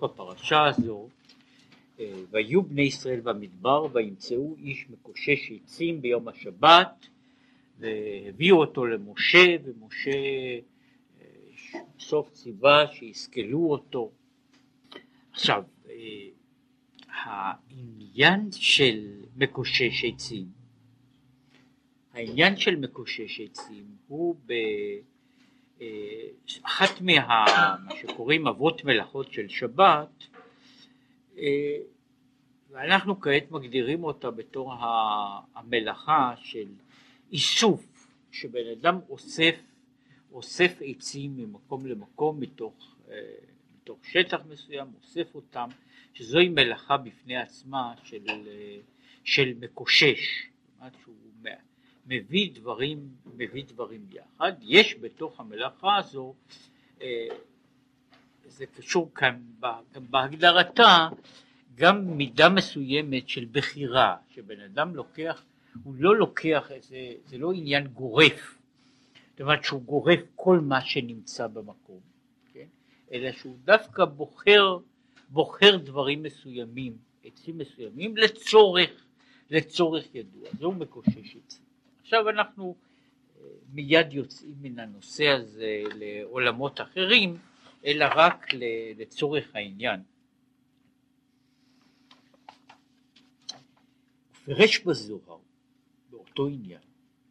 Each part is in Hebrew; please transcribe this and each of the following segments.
בסוף הפרשה הזו, והיו בני ישראל במדבר וימצאו איש מקושש עצים ביום השבת, והביאו אותו למשה, ומשה בסוף ציווה שיסקלו אותו. עכשיו, העניין של מקושש עצים, הוא אחת מה שקוראים אבות מלאכות של שבת, ואנחנו כעת מגדירים אותה בתור המלאכה של איסוף, שבן אדם אוסף עצים ממקום למקום מתוך שטח מסוים, אוסף אותם, שזוהי מלאכה בפני עצמה של מקושש, שהוא מביא דברים יחד. יש בתוך המלאכה הזו, זה קשור כאן בהגדרתה, גם מידה מסוימת של בחירה, שבן אדם לוקח, הוא לא לוקח, זה לא עניין גורף, זאת אומרת שהוא גורף כל מה שנמצא במקום, כן? אלא שהוא דווקא בוחר דברים מסוימים, עצים מסוימים, לצורך ידוע. זהו מקושש עצים. עכשיו אנחנו מיד יוצאים מן הנושא הזה לעולמות אחרים, אלא רק לצורך העניין. ופרש בזוהר, באותו עניין,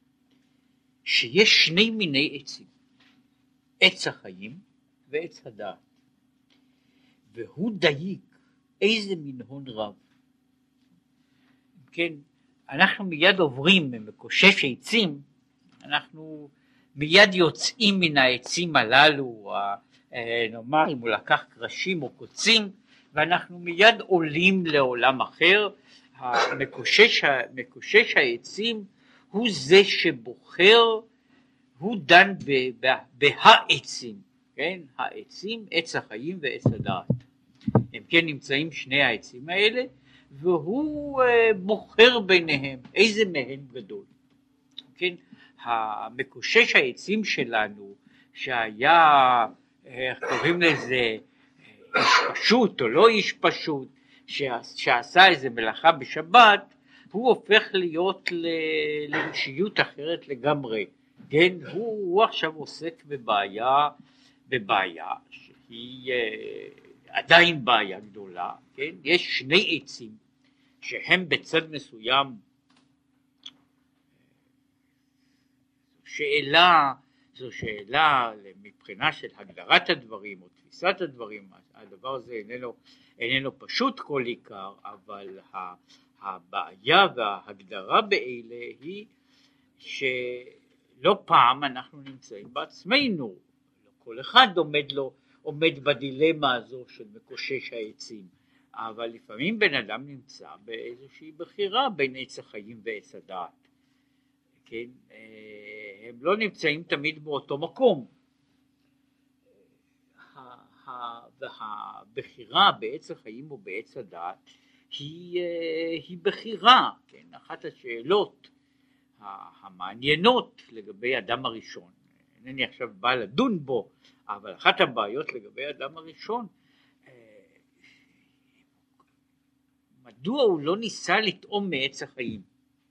שיש שני מיני עצים, עץ החיים ועץ הדעת, והוא דייק איזה מנהון רב. כן, אנחנו מיד עוברים ממקושש עצים, אנחנו מיד יוצאים מן העצים הללו, נאמר אם הוא לקח קרשים או קוצים, ואנחנו מיד עולים לעולם אחר. מקושש העצים הוא זה שבוחר, הוא דן בהעצים, כן? העצים, עץ החיים ועץ הדעת. הם כן נמצאים שני העצים האלה, והוא בוחר ביניהם איזה מהם גדול. כן? המקושש העצים שלנו, שהיה, קוראים לזה איש פשוט או לא איש פשוט, שעשה איזה מלאכה בשבת, הוא הופך להיות לאישיות אחרת לגמרי. כן? הוא עכשיו עוסק בבעיה שהיא עדיין בעיה גדולה. כן? יש שני עצים שהם בצד מסוים, זו שאלה מבחינה של הגדרת הדברים או תפיסת הדברים. הדבר הזה איננו פשוט כל עיקר, אבל הבעיה וההגדרה באלה היא שלא פעם אנחנו נמצאים בעצמנו, כל אחד עומד בדילמה הזו של מקושש העצים, אבל לפעמים בן אדם נמצא באיזושהי בחירה בין עץ החיים ועץ הדעת. כן? הם לא נמצאים תמיד באותו מקום, והבחירה בעץ החיים או בעץ הדעת היא בחירה. כן? אחת השאלות המעניינות לגבי אדם הראשון, אינני עכשיו בא לדון בו, אבל אחת הבעיות לגבי אדם הראשון, מדוע הוא לא ניסה לטעום מעץ החיים?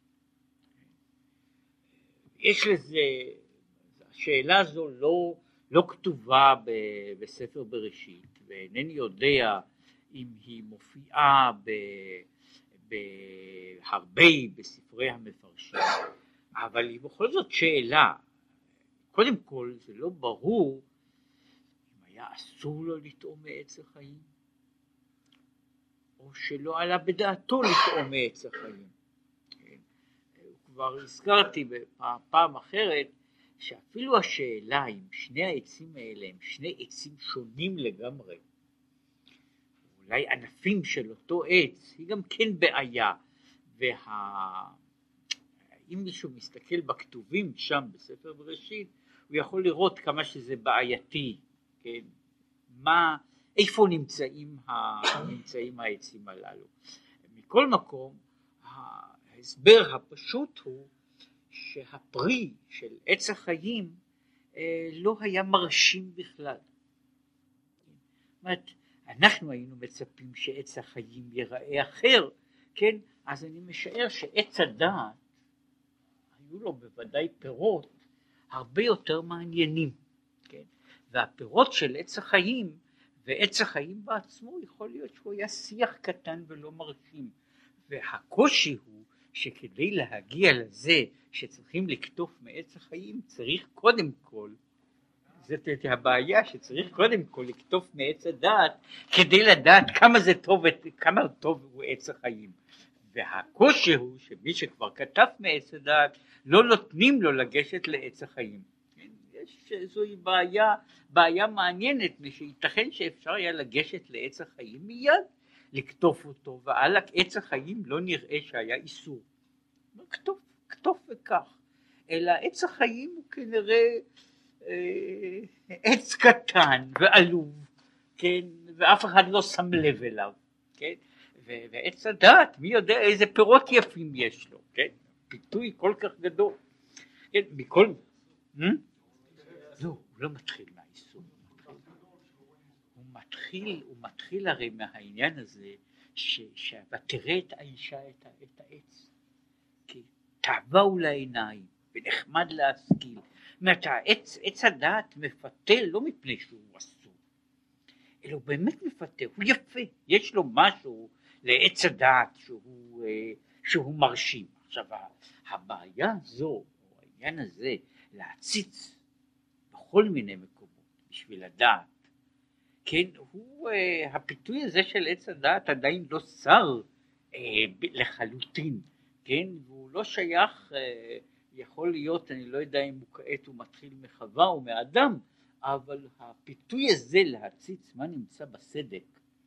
יש לזה, השאלה הזו לא כתובה בספר בראשית, ואינני יודע אם היא מופיעה בהרבה בספרי המפרשים, אבל היא בכל זאת שאלה. קודם כל זה לא ברור אם היה אסור לו לטעום מעץ החיים, או שלא עלה בדעתו לטעום מעץ החיים. כבר הזכרתי בפעם אחרת שאפילו השאלה אם שני העצים האלה הם שני עצים שונים לגמרי, אולי ענפים של אותו עץ, היא גם כן בעיה. אם מישהו מסתכל בכתובים שם בספר בראשית, הוא יכול לראות כמה שזה בעייתי, כן? איפה נמצאים העצים הללו. מכל מקום, ההסבר הפשוט הוא שהפרי של עץ החיים לא היה מרשים בכלל. זאת אומרת, אנחנו היינו מצפים שעץ החיים ייראה אחר, כן? אז אני משער שעץ הדעת היו לו בוודאי פירות הרבה יותר מעניינים, כן? והפירות של עץ החיים ועץ החיים בעצמו יכול להיות שהוא היה שיח קטן ולא מרשים, והקושי הוא שכדי להגיע לזה שצריכים לקטוף מעץ החיים צריך קודם כל, זאת הבעיה, שצריך קודם כל לקטוף מעץ הדעת כדי לדעת כמה זה טוב, כמה טוב הוא עץ החיים. והקושי הוא שמי שכבר כתב מעץ הדעת לא נותנים לו לגשת לעץ החיים. זוהי בעיה מעניינת, שייתכן שאפשר היה לגשת לעץ החיים מיד, לקטוף אותו, ועל עץ החיים לא נראה שהיה איסור. כתוב וכך. אלא עץ החיים הוא כנראה עץ קטן ועלוב, כן, ואף אחד לא שם לב אליו, כן, ועץ הדעת, מי יודע איזה פירות יפים יש לו, כן, פיתוי כל כך גדול, כן, מכל, לא, הוא לא מתחיל מהאיסור, הוא מתחיל הרי מהעניין הזה, ותראה את האישה את העץ, כי תאווה לעיניים, ונחמד להשכיל, עץ הדעת מפתה לא מפני שהוא אסור, אלא הוא באמת מפתה, הוא יפה, יש לו משהו לעץ הדעת שהוא מרשים. עכשיו הבעיה הזו, או העניין הזה, להציץ בכל מיני מקומות בשביל הדעת, כן, הפיתוי הזה של עץ הדעת עדיין לא שר לחלוטין, כן, והוא לא שייך, יכול להיות, אני לא יודע אם הוא כעת הוא מתחיל מחווה או מאדם, אבל הפיתוי הזה להציץ מה נמצא בסדק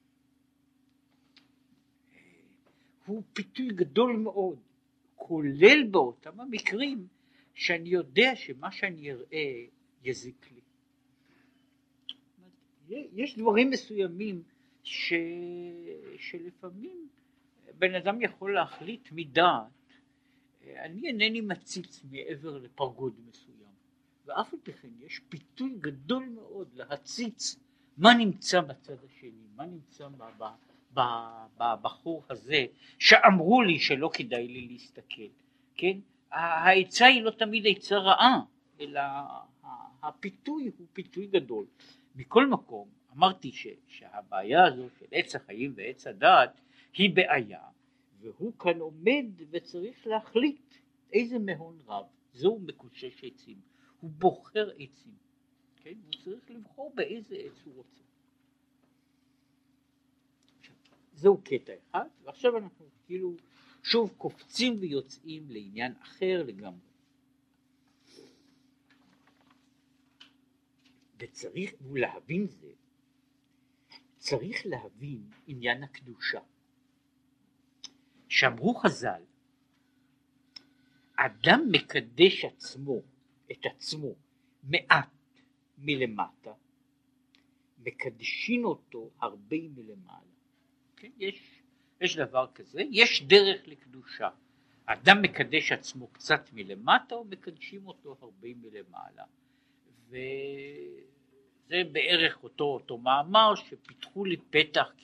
הוא פיתוי גדול מאוד, כולל באותם המקרים שאני יודע שמה שאני אראה יזיק לי. יש דברים מסוימים שלפעמים בן אדם יכול להחליט מדעת, אני אינני מציץ מעבר לפרגוד מסוים, ואף על פי כן יש פיתוי גדול מאוד להציץ מה נמצא בצד השני, מה נמצא בחור הזה שאמרו לי שלא כדאי לי להסתכל, כן? העצה היא לא תמיד עצה רעה, אלא הפיתוי הוא פיתוי גדול. מכל מקום אמרתי שהבעיה הזו של עץ החיים ועץ הדעת היא בעיה, והוא כאן עומד וצריך להחליט איזה מהון רב, זהו מקושש עצים, הוא בוחר עצים, כן? הוא צריך לבחור באיזה עץ הוא רוצה. זהו קטע אחד, ועכשיו אנחנו כאילו שוב קופצים ויוצאים לעניין אחר לגמרי. וצריך להבין זה, צריך להבין עניין הקדושה. שאמרו חז"ל, אדם מקדש את עצמו מעט מלמטה, מקדשין אותו הרבה מלמעלה. כן? יש דבר כזה, יש דרך לקדושה. אדם מקדש עצמו קצת מלמטה ומקדשים אותו הרבה מלמעלה. וזה בערך אותו מאמר שפיתחו לי פתח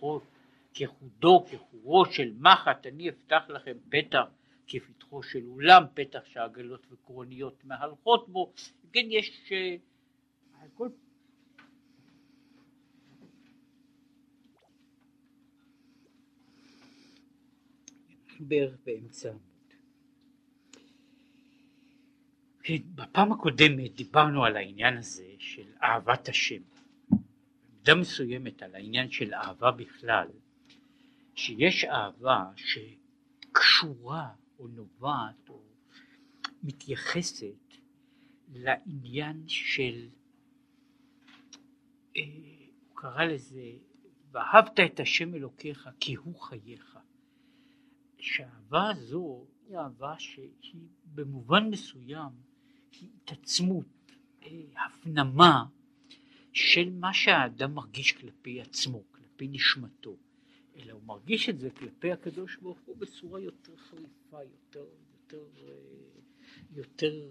כחורו של מחט, אני אפתח לכם פתח כפתחו של אולם, פתח שעגלות וקרוניות מהלכות בו. כן, יש הכל בערך באמצע עמוד. כן, בפעם הקודמת דיברנו על העניין הזה של אהבת השם, במידה מסוימת על העניין של אהבה בכלל, שיש אהבה שקשורה או נובעת או מתייחסת לעניין של, הוא קרא לזה, ואהבת את השם אלוקיך כי הוא חייך. שהאהבה הזו היא אהבה שהיא במובן מסוים היא התעצמות, הפנמה של מה שהאדם מרגיש כלפי עצמו, כלפי נשמתו, אלא הוא מרגיש את זה כלפי הקדוש ברוך הוא בצורה יותר חריפה, יותר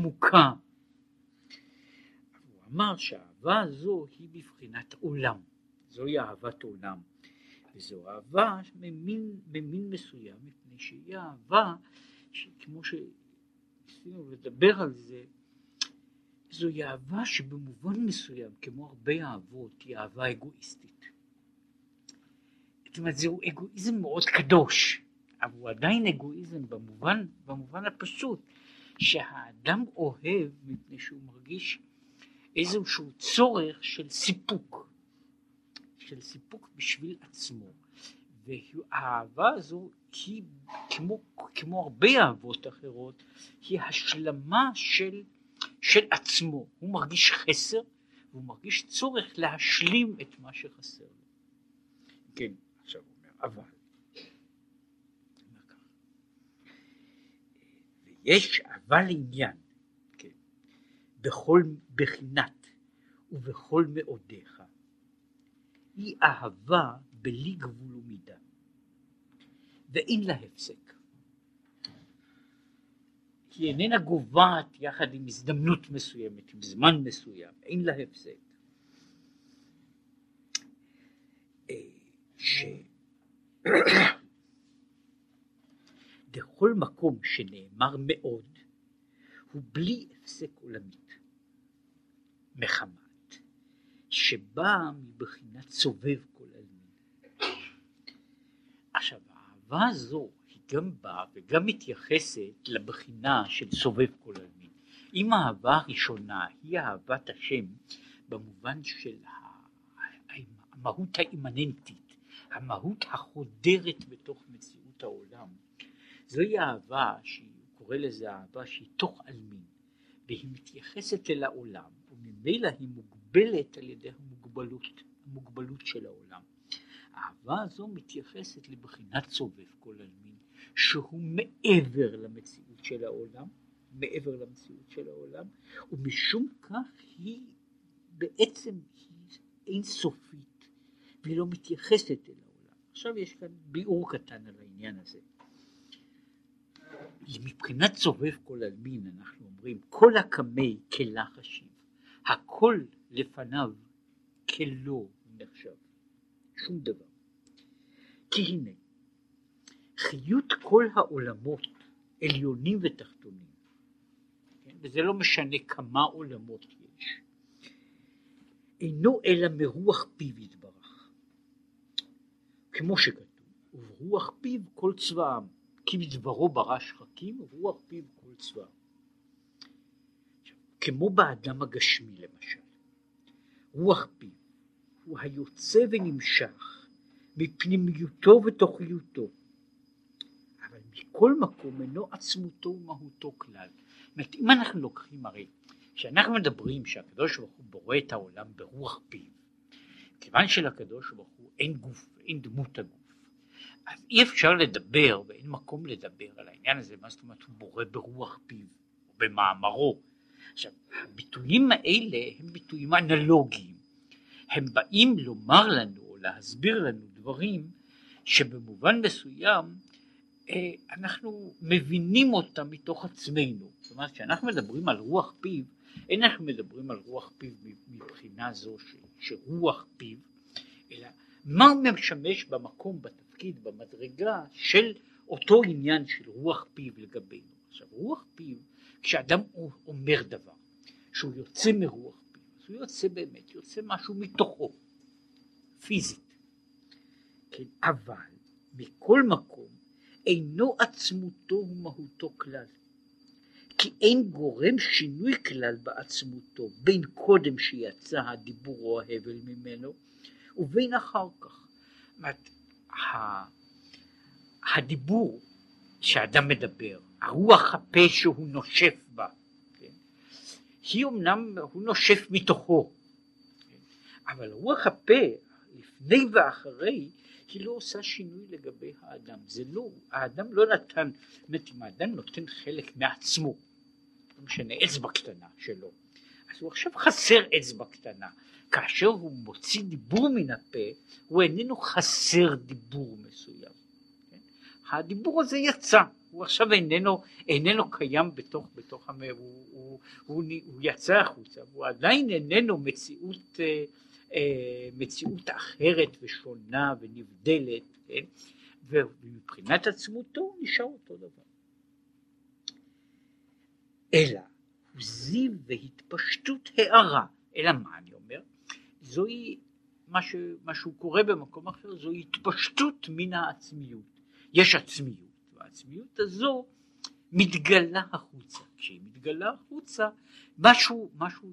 עמוקה. הוא אמר שהאהבה הזו היא בבחינת עולם. זוהי אהבת עולם, וזו אהבה ממין מסוים, מפני שהיא אהבה שכמו שניסינו לדבר על זה, זוהי אהבה שבמובן מסוים, כמו הרבה אהבות, היא אהבה אגואיסטית. זאת אומרת, זהו אגואיזם מאוד קדוש, אבל הוא עדיין אגואיזם במובן הפשוט, שהאדם אוהב מפני שהוא מרגיש איזשהו צורך של סיפוק בשביל עצמו. והאהבה הזו היא כמו הרבה אהבות אחרות, היא השלמה של עצמו. הוא מרגיש חסר והוא מרגיש צורך להשלים את מה שחסר לו. כן, עכשיו הוא אומר אבל ויש אבל עניין, כן, בכל בחינת ובכל מאודיך היא אהבה בלי גבול ומידה ואין לה הפסק. היא איננה גובעת יחד עם הזדמנות מסוימת, עם זמן מסוים, אין לה הפסק. בכל מקום שנאמר מאוד הוא בלי הפסק עולמית, מחמת שבא מבחינת סובב כל עלמין. עכשיו האהבה הזו היא גם באה וגם מתייחסת לבחינה של סובב כל עלמין. אם האהבה הראשונה היא אהבת השם במובן של המהות האימננטית, המהות החודרת בתוך מציאות העולם, זוהי אהבה שהוא קורא לזה אהבה שהיא תוך עלמין, והיא מתייחסת אל העולם, וממילא היא מוגבלת על ידי המוגבלות של העולם. האהבה הזו מתייחסת לבחינת סובב כל עלמין, שהוא מעבר למציאות של העולם, ומשום כך היא בעצם אין סופית, והיא לא מתייחסת אל העולם. עכשיו יש כאן ביאור קטן על העניין הזה. מבחינת סובב כל עלמין אנחנו אומרים כל הקמי כלה חשיב, הכל לפניו כלא נחשב, שום דבר. כי הנה חיות כל העולמות עליונים ותחתונים, כן? וזה לא משנה כמה עולמות יש, אינו אלא מרוח פיו יתברך, כמו שכתוב וברוח פיו כל צבאם, כי מדברו ברא שחקים ורוח פיו כל צבאם. כמו באדם הגשמי למשל, רוח פיו הוא היוצא ונמשך מפנימיותו ותוכיותו, אבל מכל מקום אינו עצמותו ומהותו כלל. זאת אומרת, אם אנחנו לוקחים, הרי כשאנחנו מדברים שהקדוש ברוך הוא בורא את העולם ברוח פיו, כיוון שלקדוש ברוך הוא אין גוף, אין דמות הגוף, אז אי אפשר לדבר ואין מקום לדבר על העניין הזה, מה זאת אומרת הוא בורא ברוח פיו או במאמרו. עכשיו הביטויים האלה הם ביטויים אנלוגיים, הם באים לומר לנו, להסביר לנו דברים שבמובן מסוים אנחנו מבינים אותם מתוך עצמנו. זאת אומרת שאנחנו מדברים על רוח פיו, אין אנחנו מדברים על רוח פיו מבחינה זו שרוח פיו, אלא מה הוא משמש במקום, בתפקיד, במדרגה של אותו עניין של רוח פיו לגבינו. עכשיו רוח פיו, כשאדם אומר דבר שהוא יוצא מרוח פיו, אז הוא יוצא באמת, יוצא משהו מתוכו, פיזית, כן? אבל מכל מקום אינו עצמותו ומהותו כלל, כי אין גורם שינוי כלל בעצמותו בין קודם שיצא הדיבור או ההבל ממנו ובין אחר כך. הדיבור שאדם מדבר, הרוח הפה שהוא נושף בה, כן? היא אמנם הוא נושף מתוכו, כן? אבל רוח הפה לפני ואחרי היא לא עושה שינוי לגבי האדם. זה לא, האדם לא נתן, זאת אומרת, אם האדם נותן חלק מעצמו, לא משנה, אצבע קטנה שלו, אז הוא עכשיו חסר אצבע קטנה. כאשר הוא מוציא דיבור מן הפה, הוא איננו חסר דיבור מסוים. כן? הדיבור הזה יצא, הוא עכשיו איננו קיים בתוך הוא יצא החוצה, הוא עדיין איננו מציאות מציאות אחרת ושונה ונבדלת, כן? ומבחינת עצמותו הוא נשאר אותו דבר. אלא זיו והתפשטות הערה. אלא מה אני אומר? זוהי מה שהוא קורא במקום אחר, זוהי התפשטות מן העצמיות. יש עצמיות, והעצמיות הזו מתגלה החוצה. כשהיא מתגלה החוצה, משהו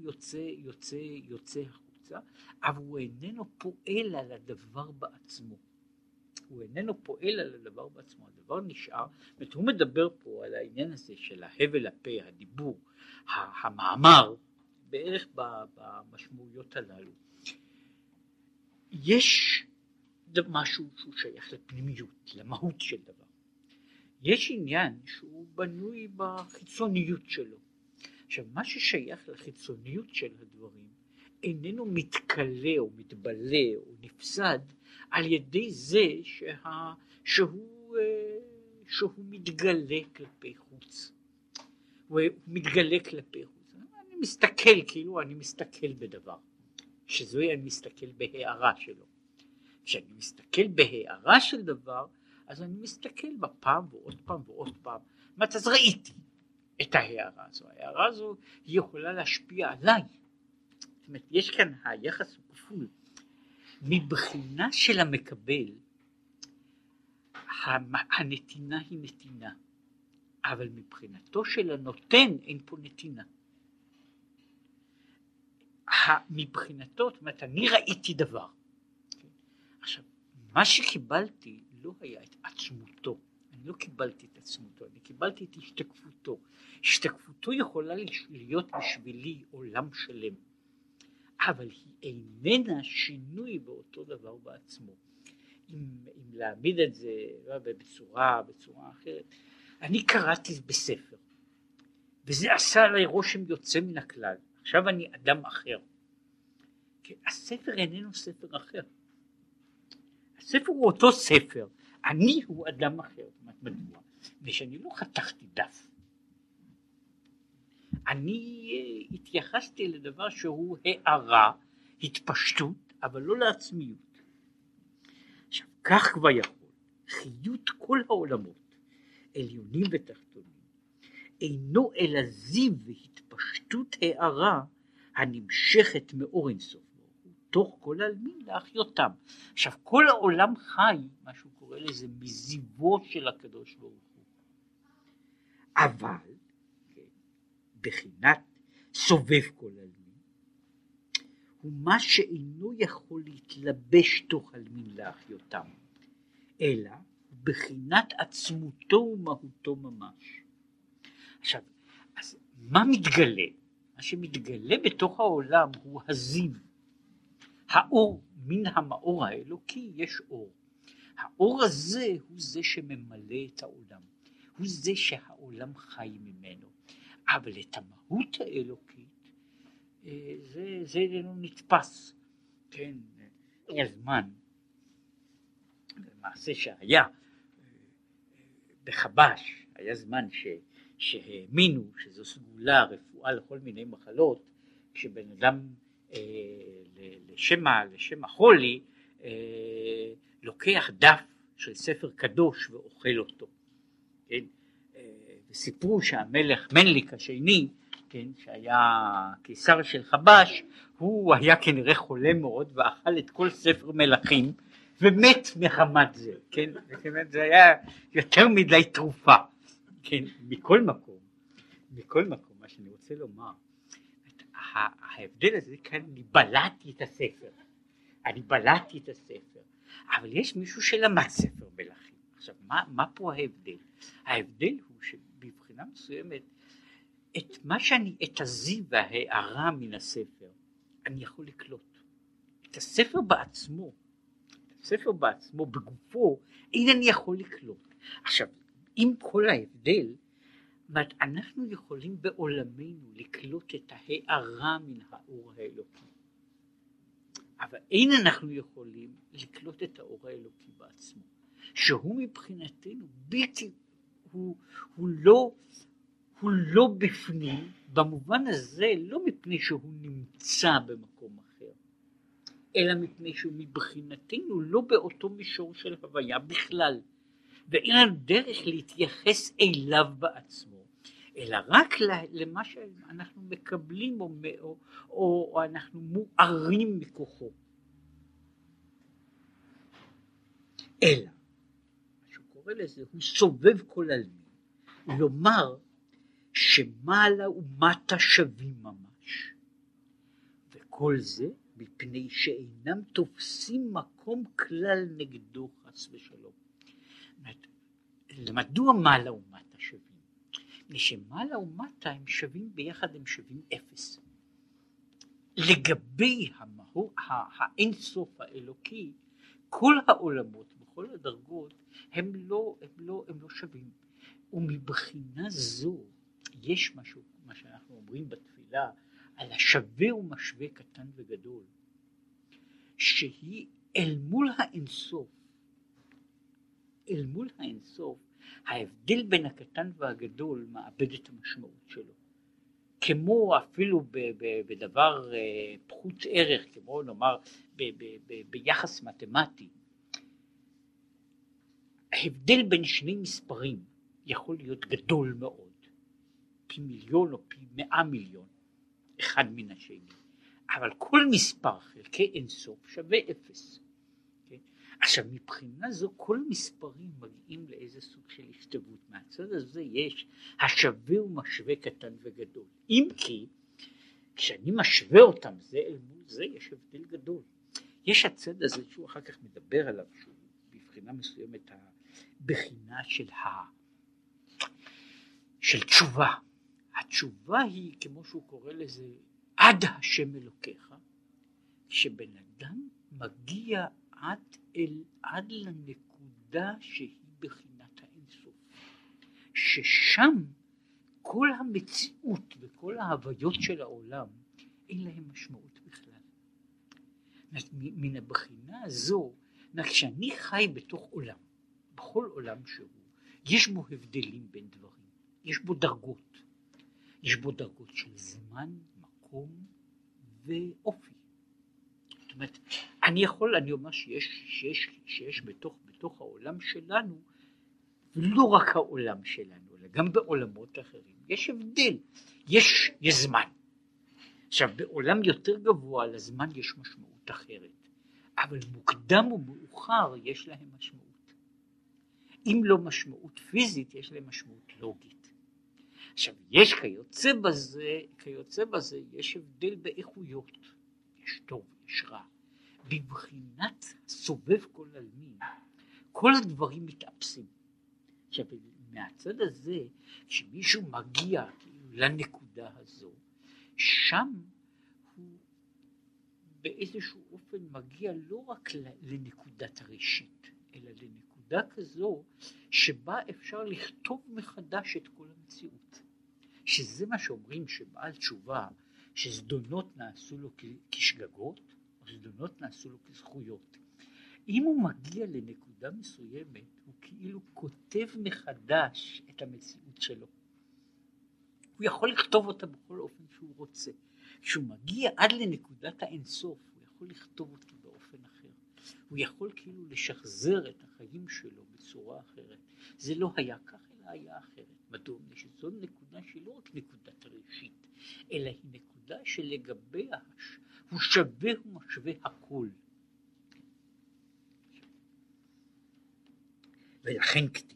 יוצא החוצה, אבל הוא איננו פועל על הדבר בעצמו. הוא איננו פועל על הדבר בעצמו, הדבר נשאר, הוא מדבר פה על העניין הזה של ההבל הפה, הדיבור, המאמר, בערך במשמעויות הללו. יש משהו שהוא שייך לפנימיות, למהות של דבר. יש עניין שהוא בנוי בחיצוניות שלו. עכשיו, מה ששייך לחיצוניות של הדברים איננו מתקלה או מתבלה או נפסד על ידי זה שהוא מתגלה כלפי חוץ. הוא מתגלה כלפי חוץ. אני מסתכל כאילו אני מסתכל בדבר. שזוהי אני מסתכל בהערה שלו. כשאני מסתכל בהערה של דבר, אז אני מסתכל בפעם ועוד פעם ועוד פעם. אז ראיתי את ההערה הזו. ההערה הזו היא יכולה להשפיע עליי. זאת אומרת, יש כאן היחס הוא כפול. מבחינה של המקבל, הנתינה היא נתינה. אבל מבחינתו של הנותן אין פה נתינה. מבחינתו, זאת אומרת, אני ראיתי דבר. עכשיו, מה שקיבלתי לא היה את עצמותו. אני לא קיבלתי את עצמותו, אני קיבלתי את השתקפותו. השתקפותו יכולה להיות בשבילי עולם שלם. אבל היא איננה שינוי באותו דבר בעצמו. אם להעמיד את זה בצורה אחרת, אני קראתי בספר, וזה עשה עליי רושם יוצא מן הכלל. עכשיו אני אדם אחר. כן, הספר איננו ספר אחר. הספר הוא אותו ספר, אני הוא אדם אחר. מדוע? ושאני לא חתכתי דף. אני התייחסתי לדבר שהוא הערה, התפשטות, אבל לא לעצמיות. עכשיו, כך כבר יכול, חיות כל העולמות, עליונים ותחתונים, אינו אלא זיו והתפשטות הערה הנמשכת מאור אינסוף, תוך כל העלמין להחיותם. עכשיו, כל העולם חי, מה שהוא קורא לזה, מזיוו של הקדוש ברוך הוא. אבל, בחינת סובב כל העלמין, הוא מה שאינו יכול להתלבש תוך העלמין להחיותם, אלא בחינת עצמותו ומהותו ממש. עכשיו, אז מה מתגלה? מה שמתגלה בתוך העולם הוא הזיו. האור, מן המאור האלוקי יש אור. האור הזה הוא זה שממלא את העולם. הוא זה שהעולם חי ממנו. אבל את המהות האלוקית, זה לא נתפס. כן, היה זמן, למעשה שהיה בחבש, היה זמן שהאמינו שזו סגולה, רפואה לכל מיני מחלות, כשבן אדם לשם החולי לוקח דף של ספר קדוש ואוכל אותו. כן? וסיפרו שהמלך מנליק השני, כן, שהיה קיסר של חבש, הוא היה כנראה חולה מאוד ואכל את כל ספר מלכים ומת מחמת זה. כן? זה היה יותר מדי תרופה. כן? מכל מקום, מה שאני רוצה לומר, ההבדל הזה כאן, אני בלעתי את הספר, אבל יש מישהו שלמד ספר מלכים. עכשיו, מה פה ההבדל? ההבדל הוא שבבחינה מסוימת, את הזיו וההערה מן הספר, אני יכול לקלוט. את הספר בעצמו, בגופו, אינני יכול לקלוט. עכשיו, עם כל ההבדל, אנחנו יכולים בעולמנו לקלוט את ההערה מן האור האלוקי. אבל אין אנחנו יכולים לקלוט את האור האלוקי בעצמו. שהוא מבחינתנו בלתי, הוא לא בפנים, במובן הזה לא מפני שהוא נמצא במקום אחר, אלא מפני שהוא מבחינתנו לא באותו מישור של הוויה בכלל, ואין לנו דרך להתייחס אליו בעצמו, אלא רק למה שאנחנו מקבלים או אנחנו מוארים מכוחו. אלא, מה שהוא קורא לזה, הוא סובב כל עלמין, לומר שמעלה ומטה שווים ממש, וכל זה מפני שאינם תופסים מקום כלל נגדו חס ושלום. מדוע מעלה ומטה שווים? מפני שמעלה ומטה הם שווים ביחד, הם שווים אפס. לגבי האינסוף האלוקי, כל העולמות בכל הדרגות הם לא שווים. ומבחינה זו יש משהו, מה שאנחנו אומרים בתפילה, על השווה ומשווה קטן וגדול, שהיא אל מול האינסוף, ההבדל בין הקטן והגדול מאבד את המשמעות שלו. כמו אפילו בדבר פחות ערך, כמו נאמר ביחס מתמטי, ההבדל בין שני מספרים יכול להיות גדול מאוד, פי מיליון או פי 100 מיליון, אחד מן השני, אבל כל מספר חלקי אינסוף שווה אפס. עכשיו מבחינה זו כל מספרים מגיעים לאיזה סוג של השתוות. מהצד הזה יש השווה ומשווה קטן וגדול, אם כי כשאני משווה אותם זה אל מול זה יש הבדל גדול. יש הצד הזה שהוא אחר כך מדבר עליו, שהוא בבחינה מסוימת הבחינה של תשובה. התשובה היא, כמו שהוא קורא לזה, עד השם אלוקיך, שבן אדם מגיע עד לנקודה שהיא בחינת האינסוף, ששם כל המציאות וכל ההוויות של העולם אין להם משמעות בכלל. מן הבחינה הזו, כשאני חי בתוך עולם, בכל עולם שהוא, יש בו הבדלים בין דברים, יש בו דרגות, יש בו דרגות של זמן, מקום ואופי. זאת אומרת, אני אומר שיש בתוך העולם שלנו, ולא רק העולם שלנו, אלא גם בעולמות אחרים, יש הבדל, יש זמן. עכשיו, בעולם יותר גבוה לזמן יש משמעות אחרת, אבל מוקדם ומאוחר יש להם משמעות. אם לא משמעות פיזית, יש להם משמעות לוגית. עכשיו, יש כיוצא בזה, יש הבדל באיכויות, יש טוב, יש רע. בבחינת סובב כל עלמין, כל הדברים מתאפסים. עכשיו, מהצד הזה, כשמישהו מגיע לנקודה הזו, שם הוא באיזשהו אופן מגיע לא רק לנקודת הראשית, אלא לנקודה כזו שבה אפשר לכתוב מחדש את כל המציאות. שזה מה שאומרים שבעל תשובה, שזדונות נעשו לו כשגגות, או זדונות נעשו לו כזכויות. אם הוא מגיע לנקודה מסוימת, הוא כאילו כותב מחדש את המציאות שלו. הוא יכול לכתוב אותה בכל אופן שהוא רוצה. כשהוא מגיע עד לנקודת האינסוף, הוא יכול לכתוב אותה באופן אחר. הוא יכול כאילו לשחזר את החיים שלו בצורה אחרת. זה לא היה כך, אלא היה אחרת. מדוע? שזו נקודה שהיא לא רק נקודת הראשית, אלא היא נקודה שלגביה הוא שווה ומשווה הכל. ולכן כתיב,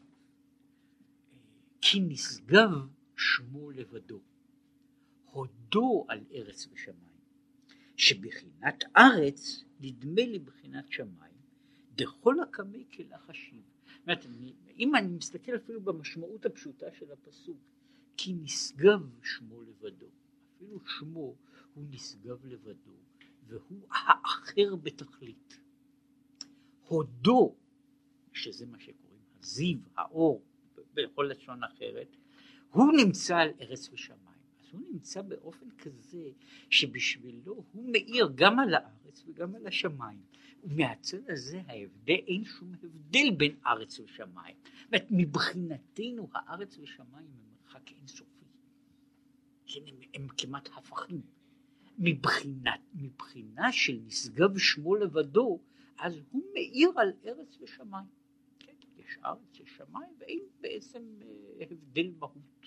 כי נשגב שמו לבדו, הודו על ארץ ושמיים, שבחינת ארץ נדמה לי בחינת שמיים, דכל הקמי כלך השיב. אם אני מסתכל אפילו במשמעות הפשוטה של הפסוק, כי נשגב שמו לבדו, אפילו שמו הוא נשגב לבדו, והוא האחר בתכלית. הודו, שזה מה שקוראים הזיו, האור, בכל לשון אחרת, הוא נמצא על ארץ ושמיים. אז הוא נמצא באופן כזה שבשבילו הוא מאיר גם על הארץ וגם על השמיים. ומהצד הזה אין שום הבדל בין ארץ ושמיים. מבחינתנו הארץ ושמיים הם מרחק אינסופי. הם כמעט הפכים. מבחינה של נשגב שמו לבדו, אז הוא מאיר על ארץ ושמיים. כן, יש ארץ ושמיים ואין בעצם הבדל מהות.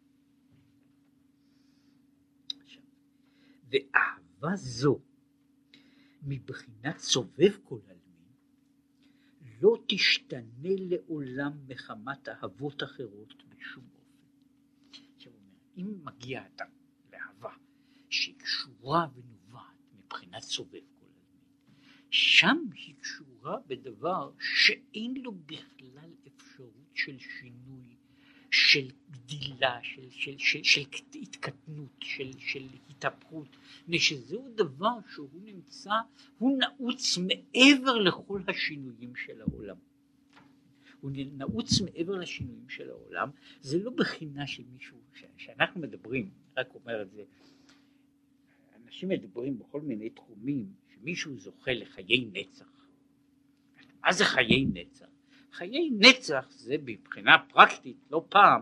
ואהבה זו מבחינת סובב כל עלמין לא תשתנה לעולם מחמת אהבות אחרות בשום אופן. עכשיו הוא אומר, אם מגיע אדם לאהבה שהיא קשורה ונובעת מבחינת סובב כל עלמין, שם היא קשורה בדבר שאין לו בכלל אפשרות של שינוי, של גדילה, של התקטנות, של התהפכות, שזהו דבר שהוא נמצא, הוא נעוץ מעבר לכל השינויים של העולם. הוא נעוץ מעבר לשינויים של העולם. זה לא בחינה של מישהו, שאנחנו מדברים, רק אומר את זה, אנשים מדברים בכל מיני תחומים, שמישהו זוכה לחיי נצח. מה זה חיי נצח? חיי נצח זה מבחינה פרקטית, לא פעם,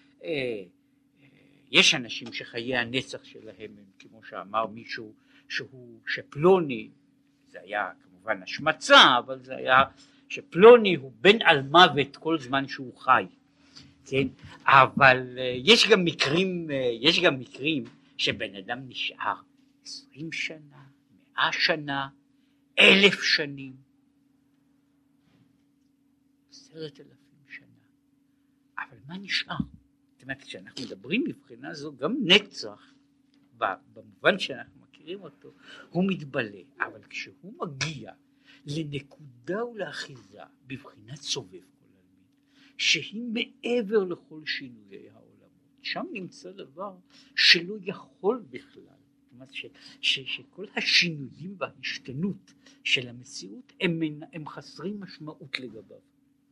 יש אנשים שחיי הנצח שלהם הם כמו שאמר מישהו שפלוני, זה היה כמובן השמצה, אבל זה היה שפלוני הוא בן על מוות כל זמן שהוא חי, כן? אבל יש גם מקרים שבן אדם נשאר 20 שנה, 100 שנה, 1000 שנים, 10,000 שנה, אבל מה נשאר? זאת אומרת, כשאנחנו מדברים מבחינה זו, גם נצח, במובן שאנחנו מכירים אותו, הוא מתבלה, אבל כשהוא מגיע לנקודה ולאחיזה בבחינת סובב כל עלמין, שהיא מעבר לכל שינויי העולמות, שם נמצא דבר שלא יכול בכלל, זאת אומרת שכל השינויים וההשתנות של המציאות הם חסרים משמעות לגביו.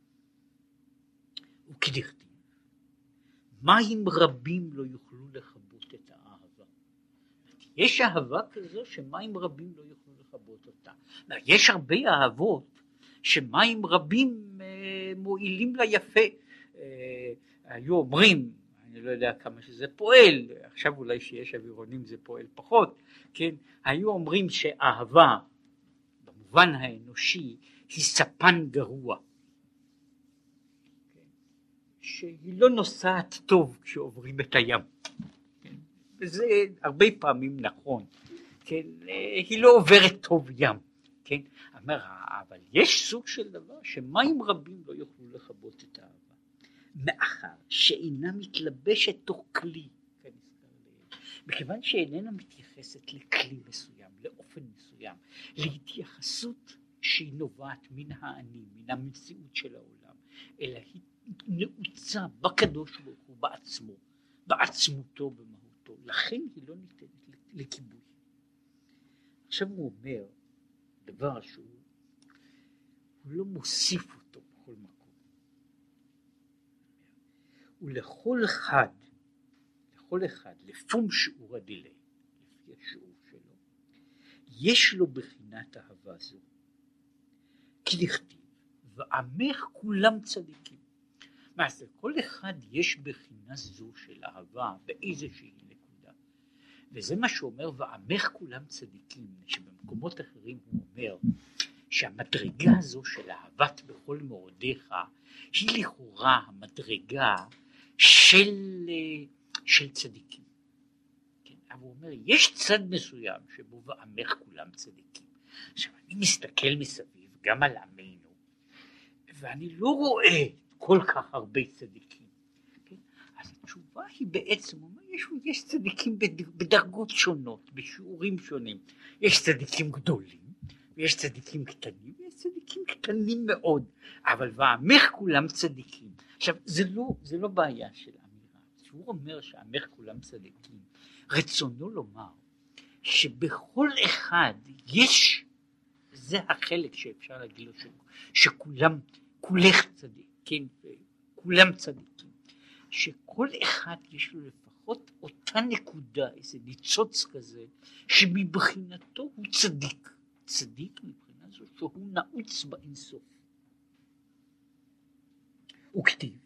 וכדכתיב, מים רבים לא יוכלו לכבות את האהבה. יש אהבה כזו שמים רבים לא יוכלו לכבות אותה. יש הרבה אהבות שמים רבים מועילים לה יפה. היו אומרים, אני לא יודע כמה שזה פועל, עכשיו אולי שיש אווירונים זה פועל פחות, כן? היו אומרים שאהבה במובן האנושי היא ספן גרוע. שהיא לא נוסעת טוב כשעוברים את הים, כן? וזה הרבה פעמים נכון, כן? היא לא עוברת טוב ים, כן? אומר, אבל יש סוג של דבר שמים רבים לא יוכלו לכבות את האהבה, מאחר שאינה מתלבשת תוך כלי, כן? מכיוון שאיננה מתייחסת לכלי מסוים, לאופן מסוים, להתייחסות שהיא נובעת מן האני, מן המציאות של העולם, אלא היא נעוצה בקדוש ברוך הוא בעצמו, בעצמותו, במהותו, לכן היא לא ניתנת לכיבוי. עכשיו הוא אומר דבר שהוא לא מוסיף אותו בכל מקום, ולכל אחד לפום שיעור הדילי, לפי השיעור שלו, יש לו בחינת אהבה זו, כדכתיב ועמך כולם צדיקים. מה זה? כל אחד יש בחינה זו של אהבה באיזושהי נקודה, וזה מה שאומר ועמך כולם צדיקים, שבמקומות אחרים הוא אומר שהמדרגה הזו של אהבת בכל מאודיך היא לכאורה המדרגה של צדיקים, כן? אבל הוא אומר יש צד מסוים שבו ועמך כולם צדיקים. עכשיו אני מסתכל מסביב גם על עמנו ואני לא רואה כל כך הרבה צדיקים, כן? אז התשובה היא בעצם, יש צדיקים בדרגות שונות, בשיעורים שונים, יש צדיקים גדולים, ויש צדיקים קטנים, ויש צדיקים קטנים מאוד, אבל ועמך כולם צדיקים. עכשיו, זה לא בעיה של אמירה, שהוא אומר שעמך כולם צדיקים, רצונו לומר, שבכל אחד יש, זה החלק שאפשר להגיד לו, שכולם, כולך צדיק, כן, כולם צדיקים, שכל אחד יש לו לפחות אותה נקודה, איזה ניצוץ כזה, שמבחינתו הוא צדיק, צדיק מבחינה זו שהוא נעוץ באינסוף. וכתיב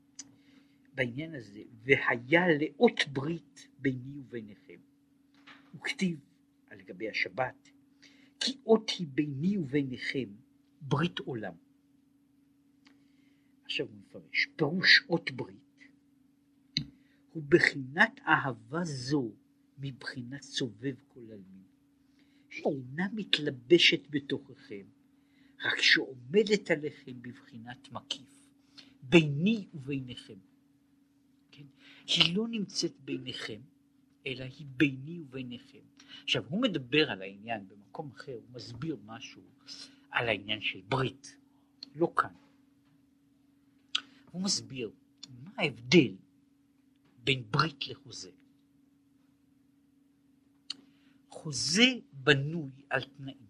בעניין הזה, והיה לאות ברית ביני וביניכם, וכתיב על לגבי השבת, כי אות היא ביני וביניכם ברית עולם. עכשיו הוא מפרש, פירוש אות ברית, הוא בחינת אהבה זו מבחינת סובב כל עלמין, שאינה מתלבשת בתוככם, רק שעומדת עליכם בבחינת מקיף, ביני וביניכם. כן? היא לא נמצאת ביניכם, אלא היא ביני וביניכם. עכשיו הוא מדבר על העניין במקום אחר, הוא מסביר משהו על העניין של ברית, לא כאן. הוא מסביר מה ההבדל בין ברית לחוזה. חוזה בנוי על תנאים.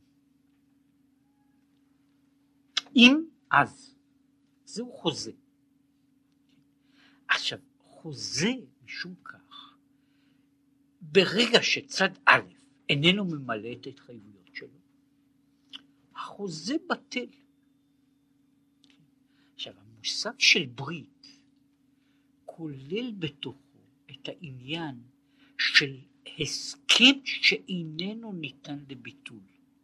אם אז, זהו חוזה. עכשיו, חוזה משום כך, ברגע שצד א' איננו ממלא את ההתחייבויות שלו, החוזה בטל. עכשיו, המושג של ברית כולל בתוכו את העניין של הסכם שאיננו ניתן לביטול.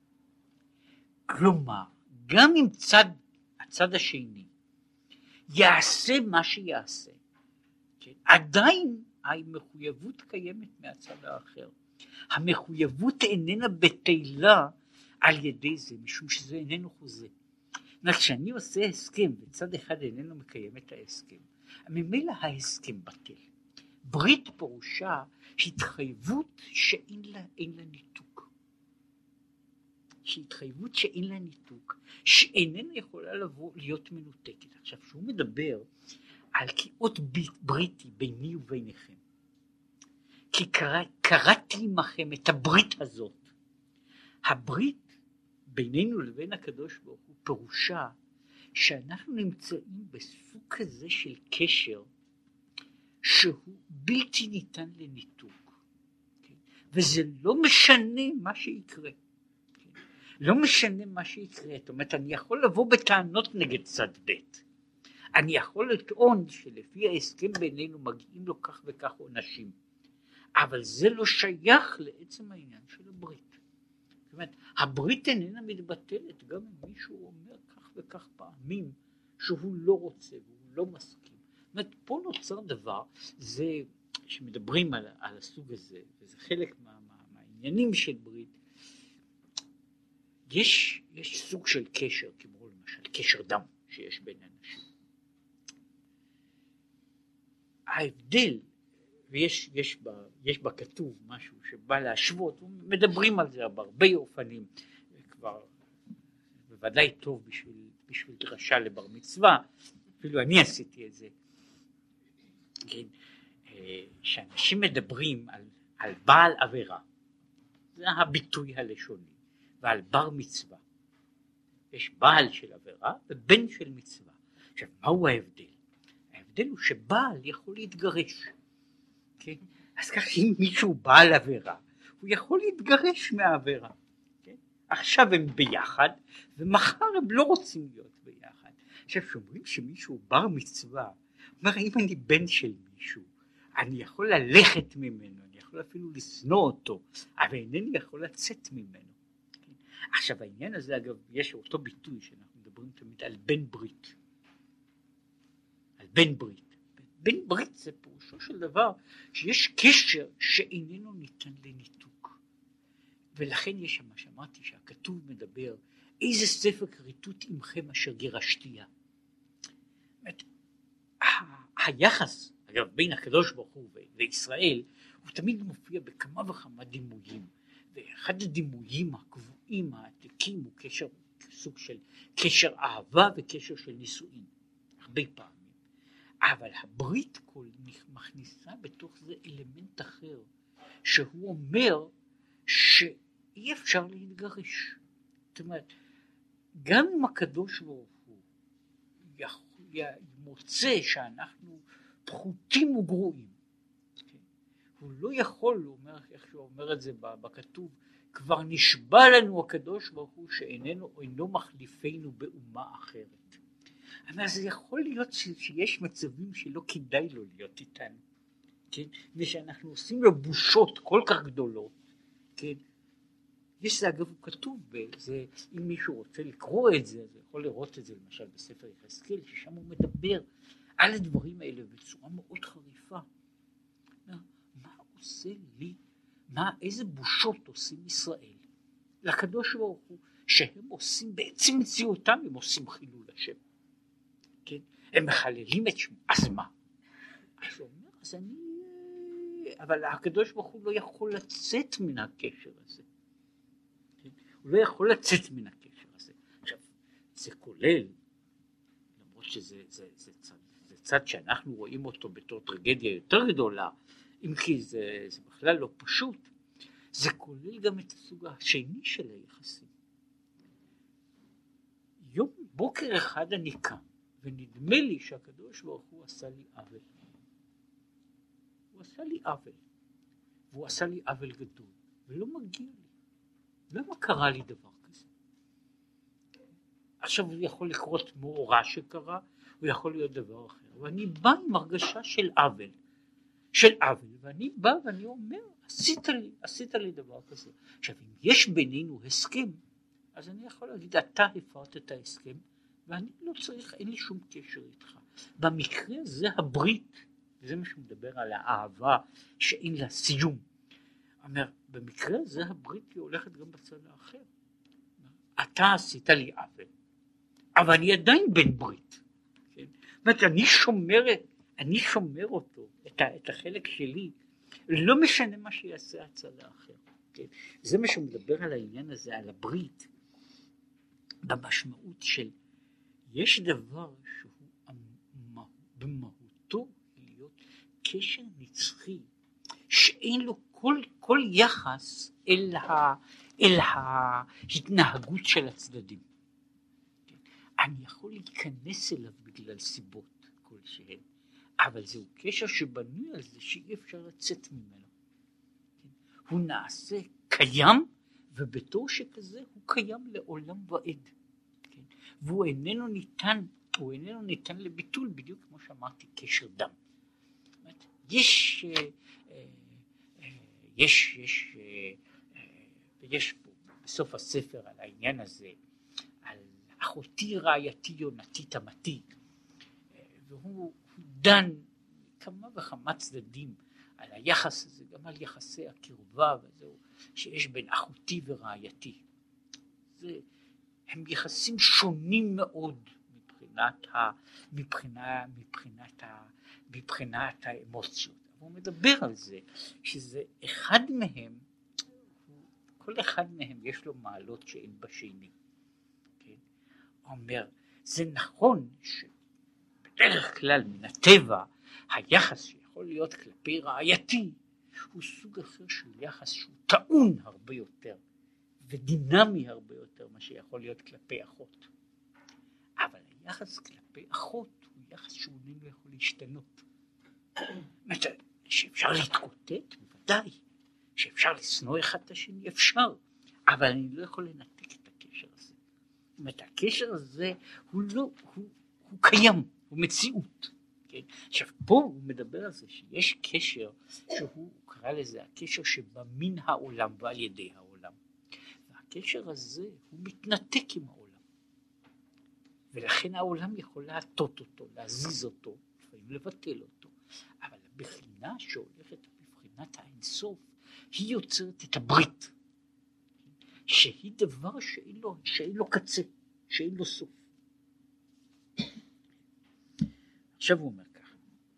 כלומר, גם אם הצד השני יעשה מה שיעשה, כן? עדיין המחויבות קיימת מהצד האחר. המחויבות איננה בטלה על ידי זה, משום שזה איננו חוזה. כשאני עושה הסכם וצד אחד איננו מקיים את ההסכם, ממילא ההסכם בטל. ברית פירושה התחייבות שאין לה ניתוק. שהתחייבות שאין לה ניתוק, שאיננה יכולה להיות מנותקת. עכשיו, שהוא מדבר על כאות בריתי ביני וביניכם, כי קראתי עמכם את הברית הזאת. הברית בינינו לבין הקדוש ברוך הוא פירושה שאנחנו נמצאים בסוג כזה של קשר שהוא בלתי ניתן לניתוק, כן? וזה לא משנה מה שיקרה, כן? לא משנה מה שיקרה. זאת אומרת, אני יכול לבוא בטענות נגד צד ב', אני יכול לטעון שלפי ההסכם בינינו מגיעים לו כך וכך עונשים, אבל זה לא שייך לעצם העניין של הברית. זאת אומרת, הברית איננה מתבטלת גם אם מישהו אומר כך וכך פעמים שהוא לא רוצה והוא לא מסכים. זאת אומרת, פה נוצר דבר, זה שמדברים על הסוג הזה, וזה חלק מהעניינים של ברית. יש סוג של קשר, כמו למשל קשר דם שיש בין אנשים. ההבדל, ויש בה כתוב משהו שבא להשוות, מדברים על זה בהרבה אופנים, כבר בוודאי טוב בשביל דרשה לבר מצווה, אפילו אני עשיתי את זה, כן? שאנשים מדברים על בעל עבירה, זה הביטוי הלשוני, ועל בר מצווה. יש בעל של עבירה ובן של מצווה. עכשיו, מהו ההבדל? ההבדל הוא שבעל יכול להתגרש. כן? אז כך אם מישהו בעל עבירה, הוא יכול להתגרש מהעבירה. כן? עכשיו הם ביחד, ומחר הם לא רוצים להיות ביחד. עכשיו, שאומרים שמישהו בר מצווה, אומר, אם אני בן של מישהו, אני יכול ללכת ממנו, אני יכול אפילו לשנוא אותו, אבל אינני יכול לצאת ממנו. כן? עכשיו, העניין הזה, אגב, יש אותו ביטוי שאנחנו מדברים תמיד על בן ברית. על בן ברית. בן ברית זה פירושו של דבר שיש קשר שאיננו ניתן לניתוק. ולכן יש שם מה שאמרתי, שהכתוב מדבר, איזה ספר כריתות עמכם אשר גירשתיה. היחס, אגב, בין הקדוש ברוך הוא וישראל, הוא תמיד מופיע בכמה וכמה דימויים. ואחד הדימויים הקבועים, העתיקים, הוא קשר, סוג של קשר אהבה וקשר של נישואין. הרבה פעמים. אבל הברית מכניסה בתוך זה אלמנט אחר, שהוא אומר שאי אפשר להתגרש. זאת אומרת, גם אם הקדוש ברוך הוא מוצא שאנחנו פחותים וגרועים, כן? הוא לא יכול, הוא אומר, איך שהוא אומר את זה בכתוב, כבר נשבע לנו הקדוש ברוך הוא שאינו מחליפנו באומה אחרת. אבל זה יכול להיות שיש מצבים שלא כדאי לו להיות איתנו, כן? ושאנחנו עושים לו בושות כל כך גדולות, כן? יש זה אגב הוא כתוב, זה, אם מישהו רוצה לקרוא את זה, אז הוא יכול לראות את זה למשל בספר יחזקאל, ששם הוא מדבר על הדברים האלה בצורה מאוד חריפה. מה עושה לי, איזה בושות עושים ישראל לקדוש ברוך הוא, שהם עושים בעצם מציאותם, הם עושים חילול השם, כן? הם מחללים את שמו, אז מה? אז הוא אומר, אז אבל הקדוש ברוך הוא לא יכול לצאת מן הקשר הזה, כן? הוא לא יכול לצאת מן הקשר הזה. עכשיו, זה כולל, למרות שזה צד שאנחנו רואים אותו בתור טרגדיה יותר גדולה, אם כי זה בכלל לא פשוט, זה כולל גם את הסוג השני של היחסים. יום בוקר אחד אני קם, ונדמה לי שהקדוש ברוך הוא עשה לי עוול. הוא עשה לי עוול, והוא עשה לי עוול גדול, ולא מגיע לי. למה קרה לי דבר כזה? עכשיו הוא יכול לקרות מאורע שקרה, הוא יכול להיות דבר אחר, ואני בא עם הרגשה של עוול, ואני בא ואני אומר, עשית לי דבר כזה. עכשיו, אם יש בינינו הסכם, אז אני יכול להגיד, אתה הפרת את ההסכם, ואני לא צריך, אין לי שום קשר איתך. במקרה הזה הברית, וזה מה שמדבר על האהבה, שאין לה סיום. אומר, במקרה הזה הברית היא הולכת גם בצד האחר. אתה עשית לי עוול, אבל אני עדיין בן ברית. כן? זאת אומרת, אני שומר אותו, את החלק שלי, לא משנה מה שיעשה הצד האחר. כן? זה מה שמדבר על העניין הזה, על הברית, במשמעות של, יש דבר שהוא במהותו להיות קשר נצחי, שאין לו כל יחס אל ההתנהגות של הצדדים. כן? אני יכול להיכנס אליו בגלל סיבות כלשהן, אבל זהו קשר שבנוי על זה שאי אפשר לצאת ממנו. כן? הוא נעשה קיים, ובתור שכזה הוא קיים לעולם ועד. כן? והוא איננו ניתן לביטול, בדיוק כמו שאמרתי, קשר דם. יש פה בסוף הספר על העניין הזה, על אחותי רעייתי יונתי תמתי, והוא דן כמה וכמה צדדים על היחס הזה, גם על יחסי הקרבה וזהו, שיש בין אחותי ורעייתי. הם יחסים שונים מאוד מבחינת האמוציות. הוא מדבר על זה, שזה אחד מהם, כל אחד מהם יש לו מעלות שאין בשני. כן? הוא אומר, זה נכון שבדרך כלל מן הטבע, היחס שיכול להיות כלפי רעייתי, הוא סוג אחר של יחס שהוא טעון הרבה יותר, ודינמי הרבה יותר, מה שיכול להיות כלפי אחות. אבל היחס כלפי אחות הוא יחס שהוא לא יכול להשתנות. שאפשר להתקוטט, בוודאי, שאפשר לשנוא אחד את השני, אפשר, אבל אני לא יכול לנתק את הקשר הזה. זאת אומרת, הקשר הזה הוא קיים, הוא מציאות. כן? עכשיו, פה הוא מדבר על זה שיש קשר שהוא קרא לזה הקשר שבא מן העולם ועל ידי העולם. והקשר הזה הוא מתנתק עם העולם. ולכן העולם יכול להטות אותו, להזיז אותו, לפעמים לבטל אותו. אבל הבחינה שהולכת בבחינת האינסוף, היא יוצרת את הברית, שהיא דבר שאין לו קצה, שאין לו סוף. עכשיו הוא אומר ככה,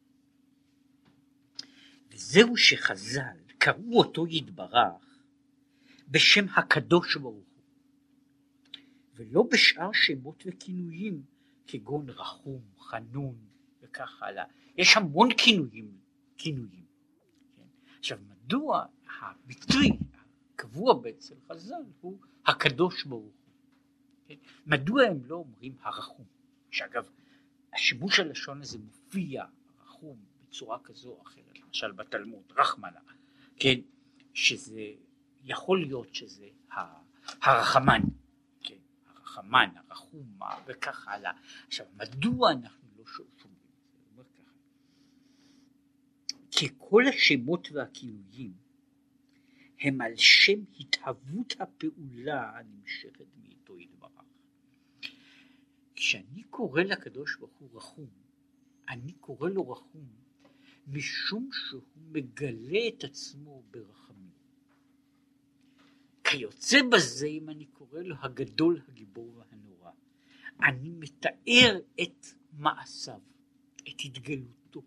וזהו שחז"ל קראו אותו יתברך בשם הקדוש ברוך הוא, ולא בשאר שמות וכינויים כגון רחום, חנון וכך הלאה. יש המון כינויים. כן? עכשיו, מדוע הביטוי הקבוע אצל חז"ל הוא הקדוש ברוך הוא? כן? מדוע הם לא אומרים הרחום? שאגב, השימוש הלשון הזה מופיע, הרחום, בצורה כזו או אחרת, למשל בתלמוד, רחמנה, כן? שזה יכול להיות שזה הרחמן, כן? הרחמן, הרחום וכך הלאה. עכשיו, מדוע אנחנו לא שומעים? זה אומר ככה, כי כל השמות והכינויים הם על שם התהוות הפעולה הנמשכת מאיתו יתברך. כשאני קורא לקדוש ברוך הוא רחום, אני קורא לו רחום משום שהוא מגלה את עצמו ברחמים. כיוצא בזה, אם אני קורא לו הגדול, הגיבור והנורא, אני מתאר את מעשיו, את התגלותו.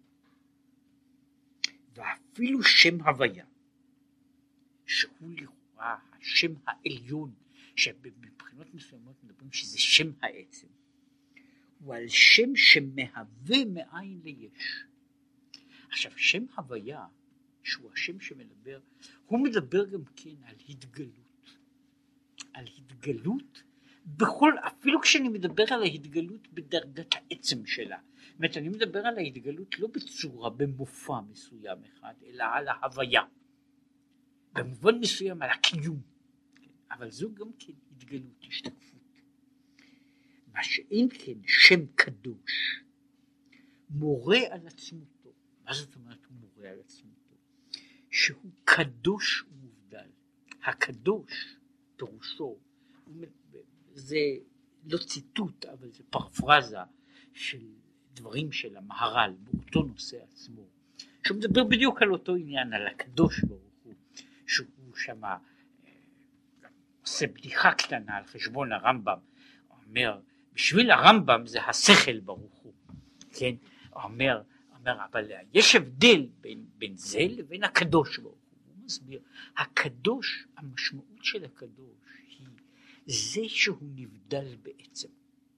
ואפילו שם הוויה, שהוא לכאורה השם העליון, שבבחינות מסוימות מדברים שזה שם העצם, הוא על שם שמהווה מאין ליש. עכשיו, שם הוויה, שהוא השם שמדבר, הוא מדבר גם כן על התגלות. על התגלות בכל, אפילו כשאני מדבר על ההתגלות בדרגת העצם שלה. זאת אומרת, אני מדבר על ההתגלות לא בצורה, במופע מסוים אחד, אלא על ההוויה. במובן מסוים על הקיום. אבל זו גם כן התגלות, השתקפות. מה שאין כן שם קדוש, מורה על עצמותו. מה זאת אומרת הוא מורה על עצמותו? שהוא קדוש ומובדל. הקדוש פירושו, זה לא ציטוט, אבל זה פרפרזה של דברים של המהר"ל באותו נושא עצמו, שהוא מדבר בדיוק על אותו עניין, על הקדוש ברוך הוא, שהוא שמה עושה בדיחה קטנה על חשבון הרמב"ם, אומר, בשביל הרמב"ם זה השכל ברוך הוא, כן? אומר, אבל יש הבדל בין זה לבין הקדוש ברוך הוא. הוא מסביר, הקדוש, המשמעות של הקדוש היא זה שהוא נבדל בעצם,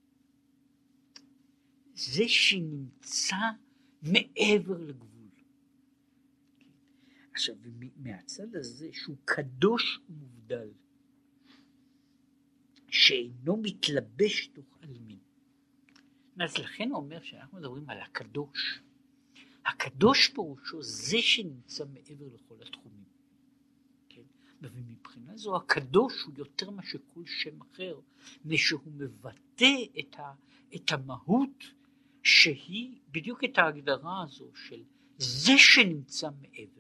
זה שנמצא מעבר לגבול. עכשיו, מהצד הזה שהוא קדוש ומובדל, שאינו מתלבש תוך עלמין. אז לכן הוא אומר שאנחנו מדברים על הקדוש. הקדוש פירושו זה שנמצא מעבר לכל התחומים. כן? ומבחינה זו הקדוש הוא יותר מה שכל שם אחר, משהוא מבטא את המהות שהיא בדיוק את ההגדרה הזו של זה שנמצא מעבר.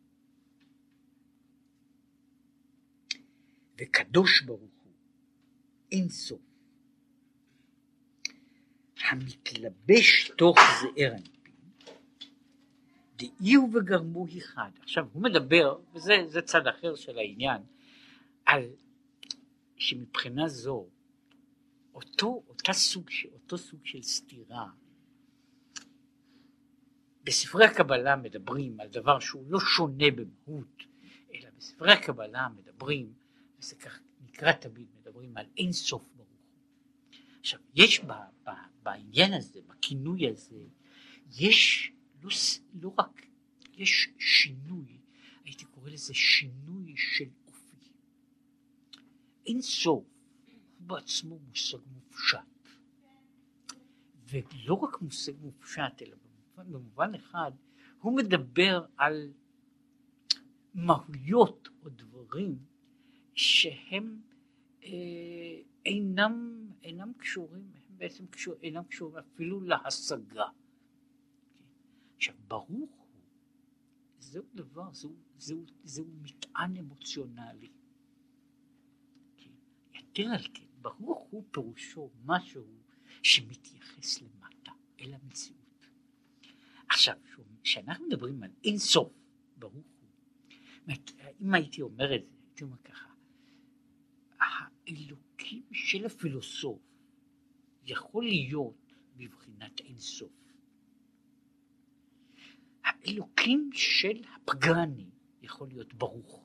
וקדוש ברוך הוא אין סוף, המתלבש תוך זעיר אנפין, דאי וגרמו אחד. עכשיו הוא מדבר, וזה צד אחר של העניין, על שמבחינה זו אותו סוג של סתירה. בספרי הקבלה מדברים על דבר שהוא לא שונה במהות, אלא בספרי הקבלה מדברים, וזה כך נקרא תמיד, מדברים על אין סוף ברוך הוא. עכשיו יש בעניין הזה, בכינוי הזה, יש לא רק, יש שינוי, הייתי קורא לזה שינוי של אופי. אין סוף הוא בעצמו מושג מופשט, ולא רק מושג מופשט, אלא במובן אחד הוא מדבר על מהויות או דברים שהם אינם קשורים, הם בעצם אינם קשורים אפילו להשגה. עכשיו ברוך הוא, זהו דבר, זהו מטען אמוציונלי. יותר על כן, ברוך הוא פירושו משהו שמתייחס למטה, אל המציאות. עכשיו, כשאנחנו מדברים על אין סוף, ברוך הוא, אם הייתי אומר את זה, הייתי אומר ככה, האלוקים של הפילוסוף יכול להיות בבחינת אין סוף. האלוקים של הפגני יכול להיות ברוך.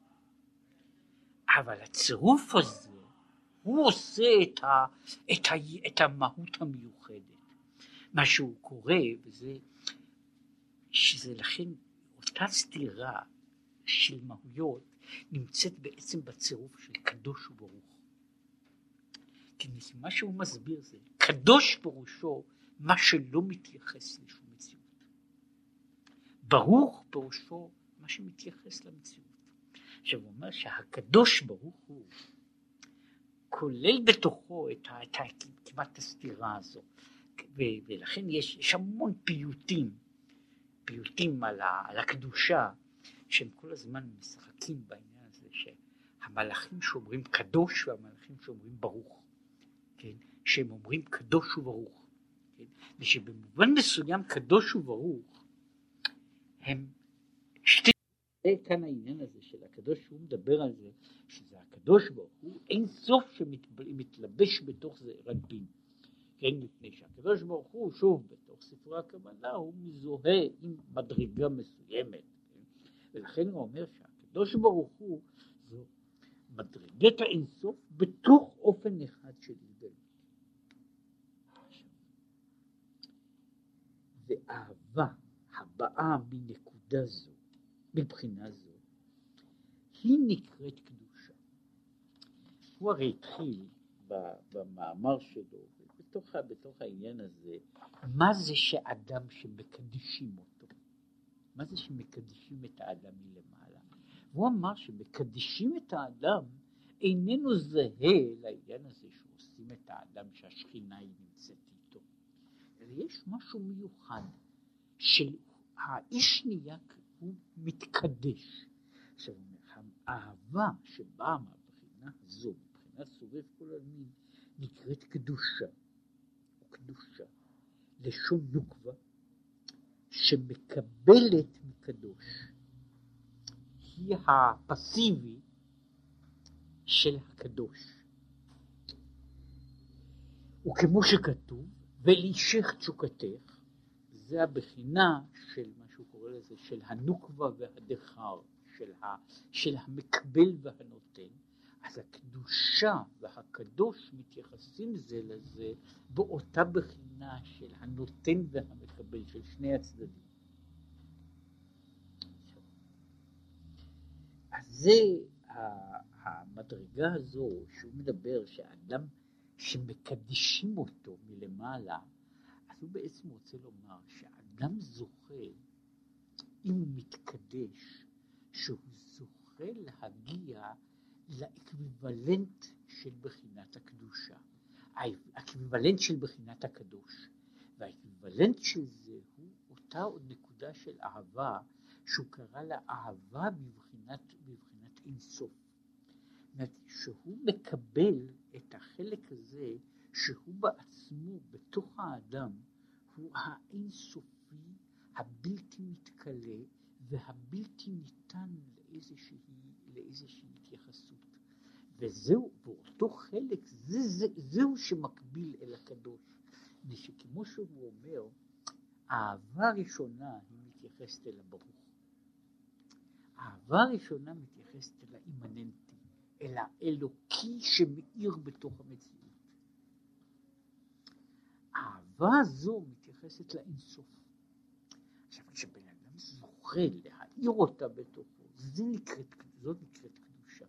אבל הצירוף הזה, הוא עושה את המהות המיוחדת. מה שהוא קורא, וזה, שזה לכן אותה סתירה של מהויות, נמצאת בעצם בצירוף של קדוש וברוך. כי מה שהוא מסביר זה, קדוש פירושו מה שלא מתייחס לשום מציאות. ברוך פירושו מה שמתייחס למציאות. עכשיו הוא אומר שהקדוש ברוך הוא, כולל בתוכו את כמעט הסתירה הזו, ולכן יש המון פיוטים על הקדושה, שהם כל הזמן משחקים בעניין הזה, שהמלאכים שאומרים קדוש והמלאכים שאומרים ברוך, כן? שהם אומרים קדוש וברוך, כן? ושבמובן מסוים קדוש וברוך הם שתי, זה כאן העניין הזה של הקדוש, שהוא מדבר על זה, שזה הקדוש ברוך הוא אין סוף שמתלבש בתוך זה רבים, כן? מפני שהקדוש ברוך הוא שוב בתוך ספרי הקבלה הוא מזוהה עם מדרגה מסוימת, כן? ולכן הוא אומר שהקדוש ברוך הוא זו מדרגת האינסוף בתוך אופן אחד של התגלות. ואהבה הבאה מנקודה זו, מבחינה זו, היא נקראת קדושה. הוא הרי התחיל במאמר שלו, בתוך העניין הזה, מה זה שאדם שמקדישים אותו? מה זה שמקדישים את האדם מלמעלה? והוא אמר שמקדישים את האדם איננו זהה לעניין הזה שעושים את האדם שהשכינה היא נמצאת איתו. אלא יש משהו מיוחד של האיש נהיה הוא מתקדש. עכשיו האהבה שבאה מהבחינה הזו, מבחינת סובב כל העלמין, נקראת קדושה, או קדושה, לשון נוקבה, שמקבלת מקדוש. היא הפסיבי של הקדוש. וכמו שכתוב, ולאישך תשוקתך, זה הבחינה של מה שהוא קורא לזה, של הנוקבה והדחר, של המקבל והנותן. אז הקדושה והקדוש מתייחסים זה לזה באותה בחינה של הנותן והמקבל של שני הצדדים. אז זה המדרגה הזו שהוא מדבר שהאדם שמקדישים אותו מלמעלה, אז הוא בעצם רוצה לומר שהאדם זוכה, אם הוא מתקדש, שהוא זוכה להגיע לאקוויוולנט של בחינת הקדושה, האקוויוולנט של בחינת הקדוש, והאקוויוולנט של זה הוא אותה עוד נקודה של אהבה, שהוא קרא לה אהבה בבחינת אינסוף. שהוא מקבל את החלק הזה שהוא בעצמו בתוך האדם הוא האינסופי הבלתי מתכלה והבלתי ניתן לאיזושהי התייחסות, וזהו באותו חלק זהו שמקביל אל הקדוש. שכמו שהוא אומר, האהבה הראשונה היא מתייחסת אל הברוך, האהבה הראשונה מתייחסת אל האימננטי, אל האלוקי שמאיר בתוך המציאות. האהבה הזו מתייחסת לאינסוף. עכשיו כשבן אדם זוכה להאיר אותה בתוכו, זאת נקראת קדושה.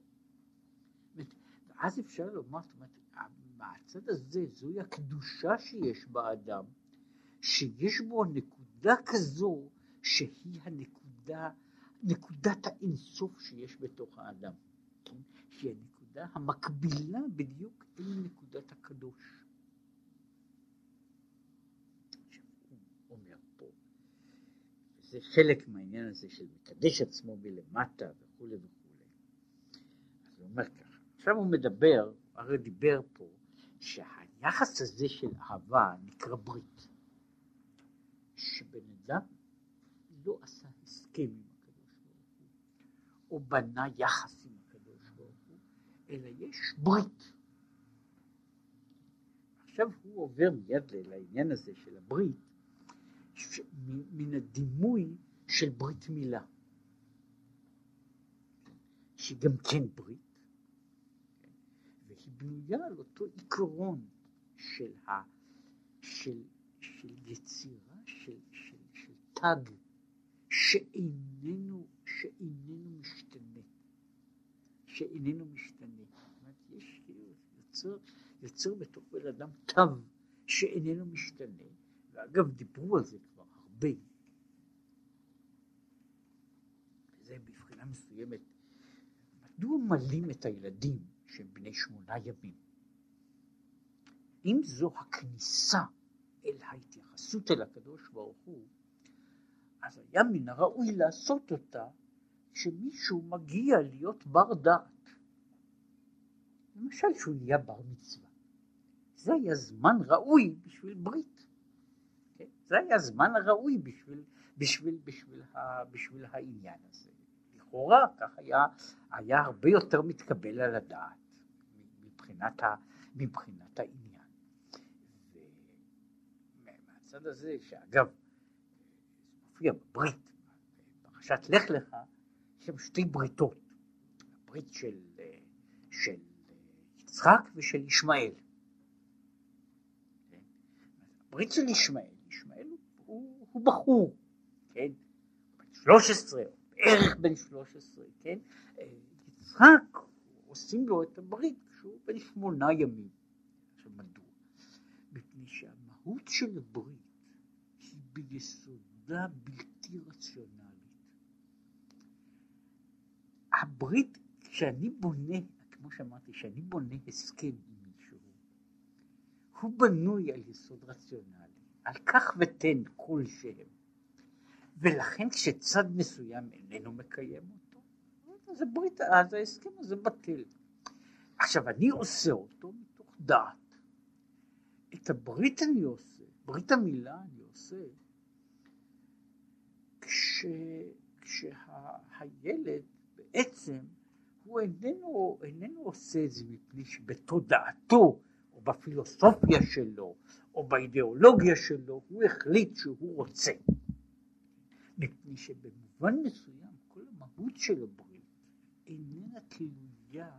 ואז אפשר לומר, מהצד הזה זוהי הקדושה שיש באדם, שיש בו נקודה כזו שהיא נקודת האינסוף שיש בתוך האדם, שהיא הנקודה המקבילה בדיוק אל נקודת הקדוש. הוא אומר פה, זה חלק מהעניין הזה של מקדש עצמו מלמטה וכו' וכו'. אז הוא אומר ככה, עכשיו הוא מדבר, הרי דיבר פה, שהיחס הזה של אהבה נקרא ברית, שבן אדם לא עשה הסכם עם הקדוש ברוך הוא, או בנה יחס עם הקדוש ברוך הוא, אלא יש ברית. עכשיו הוא עובר מיד לעניין הזה של הברית, מן הדימוי של ברית מילה, שהיא גם כן ברית, והיא בנויה על אותו עיקרון של יצירה, של תג, שאיננו משתנה. זאת אומרת, יש יוצר בתוך בן אדם תו שאיננו משתנה, ואגב דיברו על זה כבר הרבה. וזה בבחינה מסוימת, מדוע מלאים את הילדים שהם בני 8 ימים? אם זו הכניסה אל ההתייחסות אל הקדוש ברוך הוא, אז היה מן הראוי לעשות אותה שמישהו מגיע להיות בר דעת, למשל שהוא נהיה בר מצווה, זה היה זמן ראוי בשביל ברית. זה היה זמן הראוי בשביל העניין הזה. לכאורה כך היה הרבה יותר מתקבל על הדעת מבחינת העניין. ומהצד הזה, שאגב, מופיע בברית, פרשת לך לך, יש שם שתי בריתות, הברית של יצחק ושל ישמעאל. הברית של ישמעאל הוא בחור, כן? בן 13, בערך בן 13, כן? יצחק, עושים לו את הברית כשהוא בן 8 ימים. עכשיו מדוע? מפני שהמהות של הברית היא ביסודה בלתי רציונלית. הברית, כשאני בונה, כמו שאמרתי, כשאני בונה הסכם עם מישהו, הוא בנוי על יסוד רציונלי. על כך ותן כלשהם, ולכן כשצד מסוים איננו מקיים אותו, אז הברית, אז ההסכם הזה בטל. עכשיו אני עושה אותו מתוך דעת. את הברית אני עושה, ברית המילה אני עושה, כשהילד בעצם הוא איננו עושה את זה מפני שבתודעתו או בפילוסופיה שלו או באידיאולוגיה שלו הוא החליט שהוא רוצה. מפני שבמובן מסוים כל המהות של הברית איננה תלויה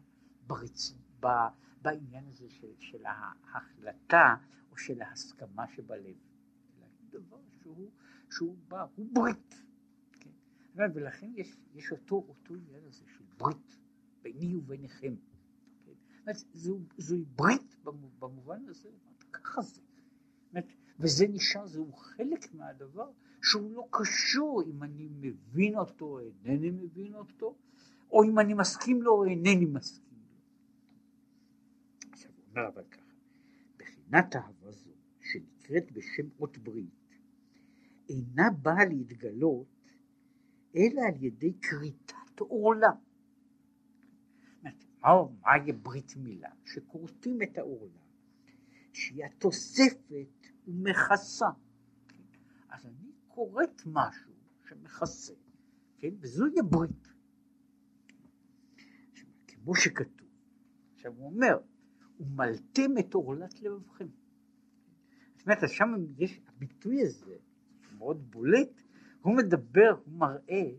בעניין הזה של ההחלטה או של ההסכמה שבלב, אלא דבר שהוא בא, הוא ברית. כן? ולכן יש אותו עניין הזה של ברית ביני וביניכם. כן? זוהי ברית במובן הזה, ככה זה. וזה נשאר, זהו חלק מהדבר שהוא לא קשור אם אני מבין אותו או אינני מבין אותו, או אם אני מסכים לו או אינני מסכים לו. עכשיו הוא אומר אבל ככה, בחינת אהבה זו שנקראת בשם אות ברית, אינה באה להתגלות אלא על ידי כריתת עורלה. מהי ברית מילה? שכורתים את העורלה, שהיא התוספת ומכסה. אז אני קוראת משהו שמכסה, כן? וזוהי הברית. כמו שכתוב, עכשיו הוא אומר, ומלתם את עורלת לבבכם. זאת אומרת, שם יש הביטוי הזה, מאוד בולט, הוא מדבר, הוא מראה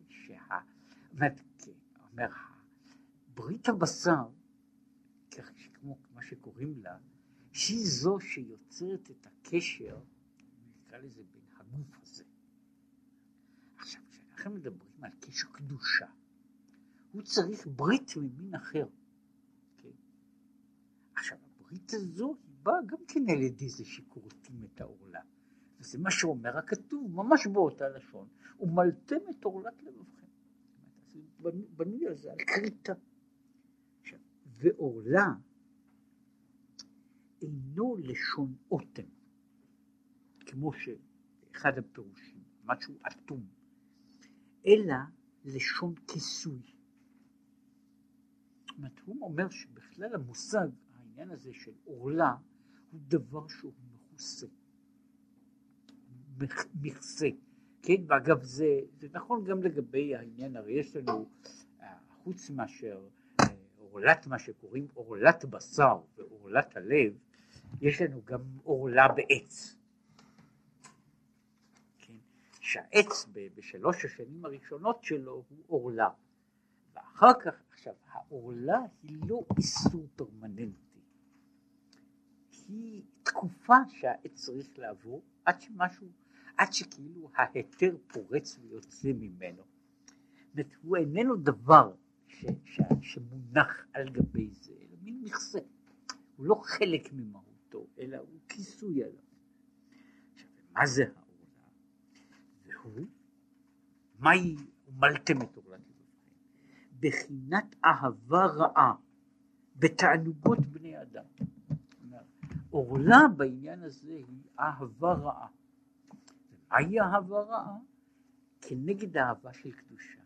אומר, ברית הבשר, כמו מה שקוראים לה, שהיא זו שיוצרת את הקשר, נקרא לזה בין הגוף הזה. עכשיו, כשאנחנו מדברים על קשר קדושה, הוא צריך ברית ממין אחר. כן? עכשיו, הברית הזו היא באה גם כן על ידי זה שכורתים את העורלה. וזה מה שאומר הכתוב, ממש באותה לשון, ומלתם את עורלת לבבכם. בנוי על זה, על כריתה. עכשיו, ועורלה, אינו לשון אוטם, כמו שאחד הפירושים, משהו אטום, אלא לשון כיסוי. זאת אומרת, הוא אומר שבכלל המושג, העניין הזה של עורלה, הוא דבר שהוא מכוסה, מכסה, כן? ואגב זה נכון גם לגבי העניין, הרי יש לנו, חוץ מאשר עורלת, מה שקוראים עורלת בשר ועורלת הלב, יש לנו גם עורלה בעץ. כן? שהעץ בשלוש השנים הראשונות שלו הוא עורלה. ואחר כך, עכשיו, העורלה היא לא איסור פרמננטי. היא תקופה שהעץ צריך לעבור עד שכאילו ההיתר פורץ ויוצא ממנו. זאת אומרת, הוא איננו דבר שמונח על גבי זה, אלא מין מכסה. הוא לא חלק ממהותו, אלא הוא כיסוי עליו. עכשיו, מה זה העורלה? והוא, מהי ומלתם את עורלת לבבכם? בחינת אהבה רעה בתענוגות בני אדם. עורלה בעניין הזה היא אהבה רעה. מהי אהבה רעה? כנגד האהבה של קדושה.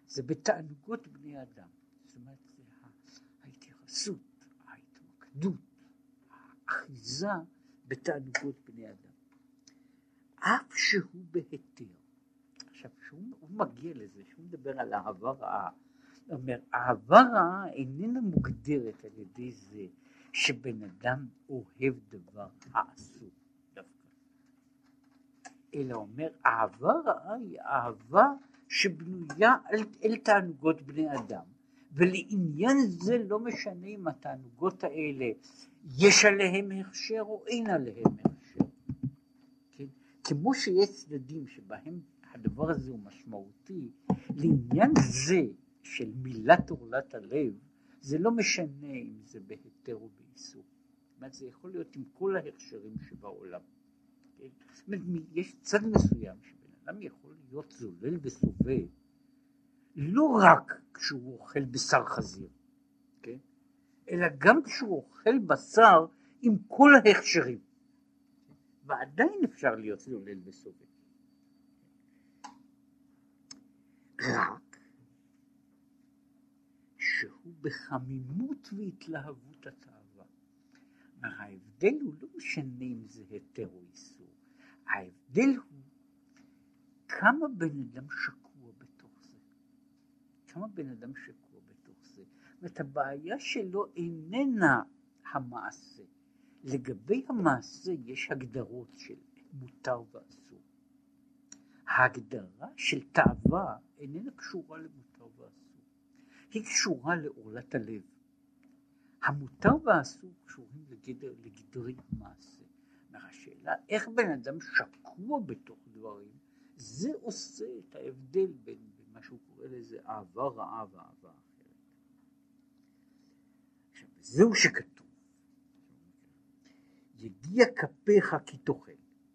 זה בתענוגות בני אדם. זאת אומרת, זה ההתייחסות, ההתמקדות, האחיזה בתענוגות בני אדם. אף שהוא בהיתר. עכשיו, שהוא מגיע לזה, שהוא מדבר על אהבה רעה, הוא אומר, אהבה רעה איננה מוגדרת על ידי זה שבן אדם אוהב דבר האסור דווקא. אלא אומר, אהבה רעה היא אהבה שבנויה אל תענוגות בני אדם. ולעניין זה לא משנה אם התענוגות האלה יש עליהם הכשר או אין עליהם הכשר. כן? כמו שיש צדדים שבהם הדבר הזה הוא משמעותי, לעניין זה של מילת עורלת הלב, זה לא משנה אם זה בהיתר או באיסור. זאת אומרת, זה יכול להיות עם כל ההכשרים שבעולם. כן? זאת אומרת, יש צד מסוים שבן אדם יכול להיות זולל וסובל, לא רק כשהוא אוכל בשר חזיר, כן? אלא גם כשהוא אוכל בשר עם כל ההכשרים. ועדיין אפשר להיות זולל וסובל. רק שהוא בחמימות והתלהבות התאווה. ההבדל הוא לא משנה אם זה היתר או איסור. ההבדל הוא כמה בן אדם שקוע בתוך זה. כמה בן אדם שקוע בתוך זה. ואת הבעיה שלו איננה המעשה. לגבי המעשה יש הגדרות של מותר ואסור. ההגדרה של תאווה איננה קשורה למותר ואסור. היא קשורה לעורלת הלב. המותר והאסור קשורים לגדרי המעשה. השאלה איך בן אדם שקוע בתוך דברים, זה עושה את ההבדל בין מה שהוא קורא לזה אהבה רעה ואהבה אחרת. עכשיו, זהו שכתוב. יגיע כפיך כי תאכל.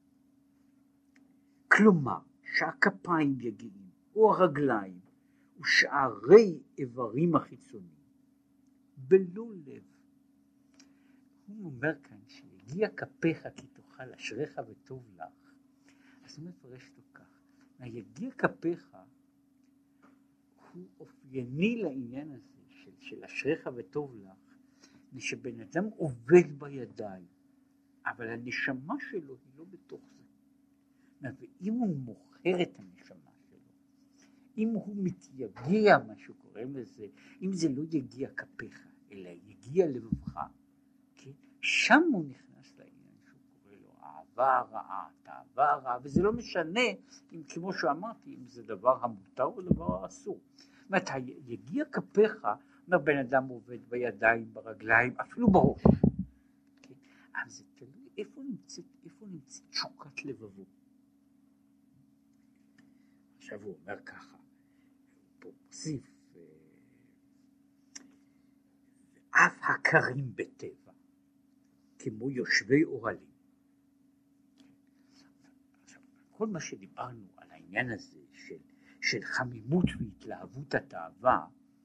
כלומר, שהכפיים יגיעים, או הרגליים, ושארי איברים החיצוניים, בלא לב. הוא אומר כאן שיגיע כפיך כי תאכל, אשריך וטוב לך. אז הוא מפרש אותו כך. יגיע כפיך הוא אופייני לעניין הזה של אשריך וטוב לך, שבן אדם עובד בידיים, אבל הנשמה שלו היא לא בתוך זה. ואם הוא מוכר את הנשמה שלו, אם הוא מתייגע, מה שהוא קורא לזה, אם זה לא יגיע כפיך, אלא יגיע לבבך, כן? שם הוא נכנס לעניין שהוא קורא לו אהבה רעה, תאווה רעה, וזה לא משנה, אם כמו שאמרתי, אם זה דבר המותר או דבר האסור. זאת אומרת, יגיע כפיך, אומר בן אדם עובד בידיים, ברגליים, אפילו בראש. כן? אז זה תלוי איפה נמצאת תשוקת לבבו. עכשיו הוא אומר ככה, הוא מוסיף, ואף הקרים בטבע, כמו יושבי אוהלים. עכשיו, כל מה שדיברנו על העניין הזה של חמימות והתלהבות התאווה,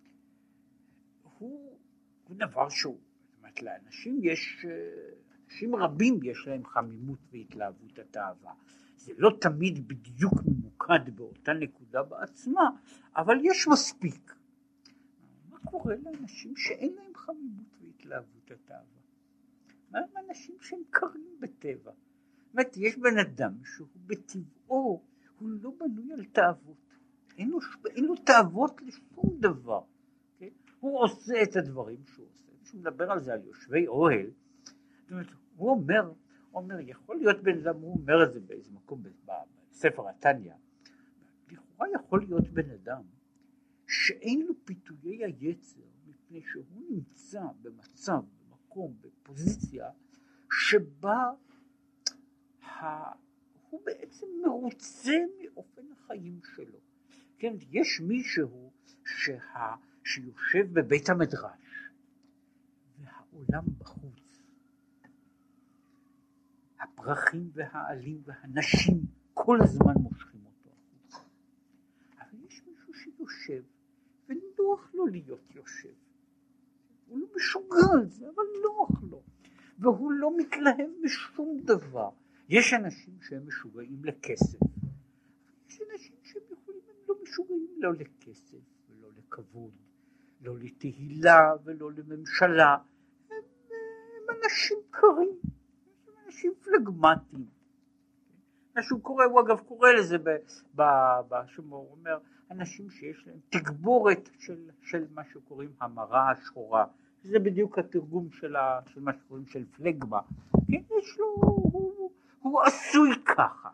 הוא דבר שהוא, זאת אומרת, לאנשים אנשים רבים יש להם חמימות והתלהבות התאווה. זה לא תמיד בדיוק ממוקד באותה נקודה בעצמה, אבל יש מספיק. מה קורה לאנשים שאין להם חמימות והתלהבות התאווה? מה הם אנשים שהם קרים בטבע? זאת אומרת, יש בן אדם שהוא בטבעו, הוא לא בנוי על תאוות. אין לו תאוות לשום דבר. כן? הוא עושה את הדברים שהוא עושה. כשהוא מדבר על זה, על יושבי אוהל, זאת אומרת, הוא אומר, יכול להיות בן אדם, הוא אומר את זה באיזה מקום בספר התניא, לכאורה יכול להיות בן אדם שאין לו פיתויי היצר, מפני שהוא נמצא במצב, במקום, בפוזיציה, שבה הוא בעצם מרוצה מאופן החיים שלו. כן, יש מישהו שיושב בבית המדרש, והעולם בחוץ, הפרחים והעלים והנשים כל הזמן מושכים אותו החוצה. אבל יש מישהו שיושב ונוח לו להיות יושב. הוא לא משוגע על זה, אבל נוח לו. והוא לא מתלהב משום דבר. יש אנשים שהם משוגעים לכסף. יש אנשים שהם יכולים, הם לא משוגעים לא לכסף לכבוד, לא לתהילה ולא לממשלה. הם אנשים קרים, הם אנשים פלגמטיים. מה שהוא קורא, הוא אגב קורא לזה בשמו, הוא אומר, אנשים שיש להם תגבורת של מה שקוראים המרה השחורה, זה בדיוק התרגום של מה שקוראים של פלגמה, כן, יש לו, הוא עשוי ככה.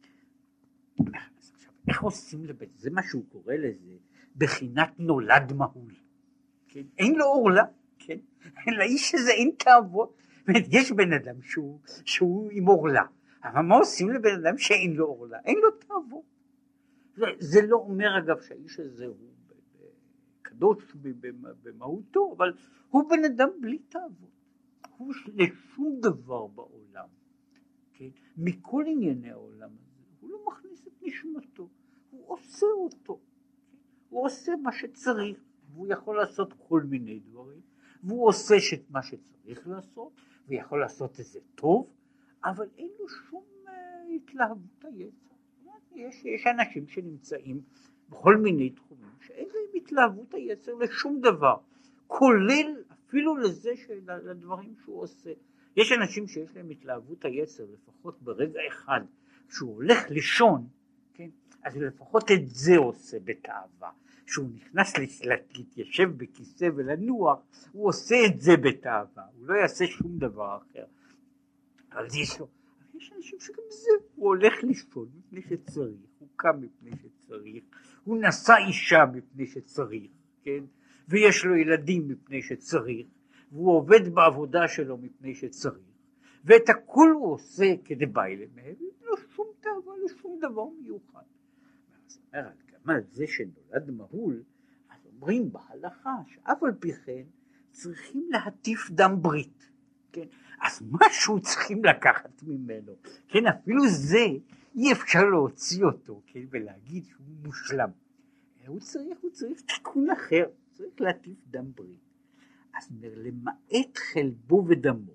עכשיו, איך עושים לבית, זה מה שהוא קורא לזה, בחינת נולד מהול, כן, אין לו עורלה, כן, לאיש הזה אין תאוות, יש בן אדם שהוא עם עורלה, אבל מה עושים לבן אדם שאין לו עורלה? אין לו תאוות. זה לא אומר אגב שהאיש הזה הוא קדוש במהותו, אבל הוא בן אדם בלי תאוות. הוא לשום דבר בעולם, כן? מכל ענייני העולם הזה, הוא לא מכניס את נשמתו, הוא עושה אותו. כן? הוא עושה מה שצריך, והוא יכול לעשות כל מיני דברים, והוא עושה מה שצריך לעשות, ויכול לעשות את זה טוב, אבל אין לו שום התלהבות היצר. יש אנשים שנמצאים בכל מיני תחומים שאין להם התלהבות היצר לשום דבר, כולל אפילו לזה לדברים שהוא עושה. יש אנשים שיש להם התלהבות היצר לפחות ברגע אחד, כשהוא הולך לישון, כן? אז לפחות את זה עושה בתאווה. כשהוא נכנס להתיישב בכיסא ולנוח, הוא עושה את זה בתאווה, הוא לא יעשה שום דבר אחר. אבל יש אנשים שגם זה, הוא הולך לישון מפני שצריך, הוא קם מפני שצריך, הוא נשא אישה מפני שצריך, כן? ויש לו ילדים מפני שצריך, והוא עובד בעבודה שלו מפני שצריך, ואת הכל הוא עושה כדי ביילה מהם, לא שום תאווה, לא שום דבר מיוחד. אז אומר, גם על זה שנולד מהול, אז אומרים בהלכה שאף על פי כן צריכים להטיף דם ברית, כן? אז משהו צריכים לקחת ממנו, כן? אפילו זה אי אפשר להוציא אותו, כן? ולהגיד שהוא מושלם. הוא צריך תיקון אחר, צריך להטיף דם ברית. אז אומר, למעט חלבו ודמו,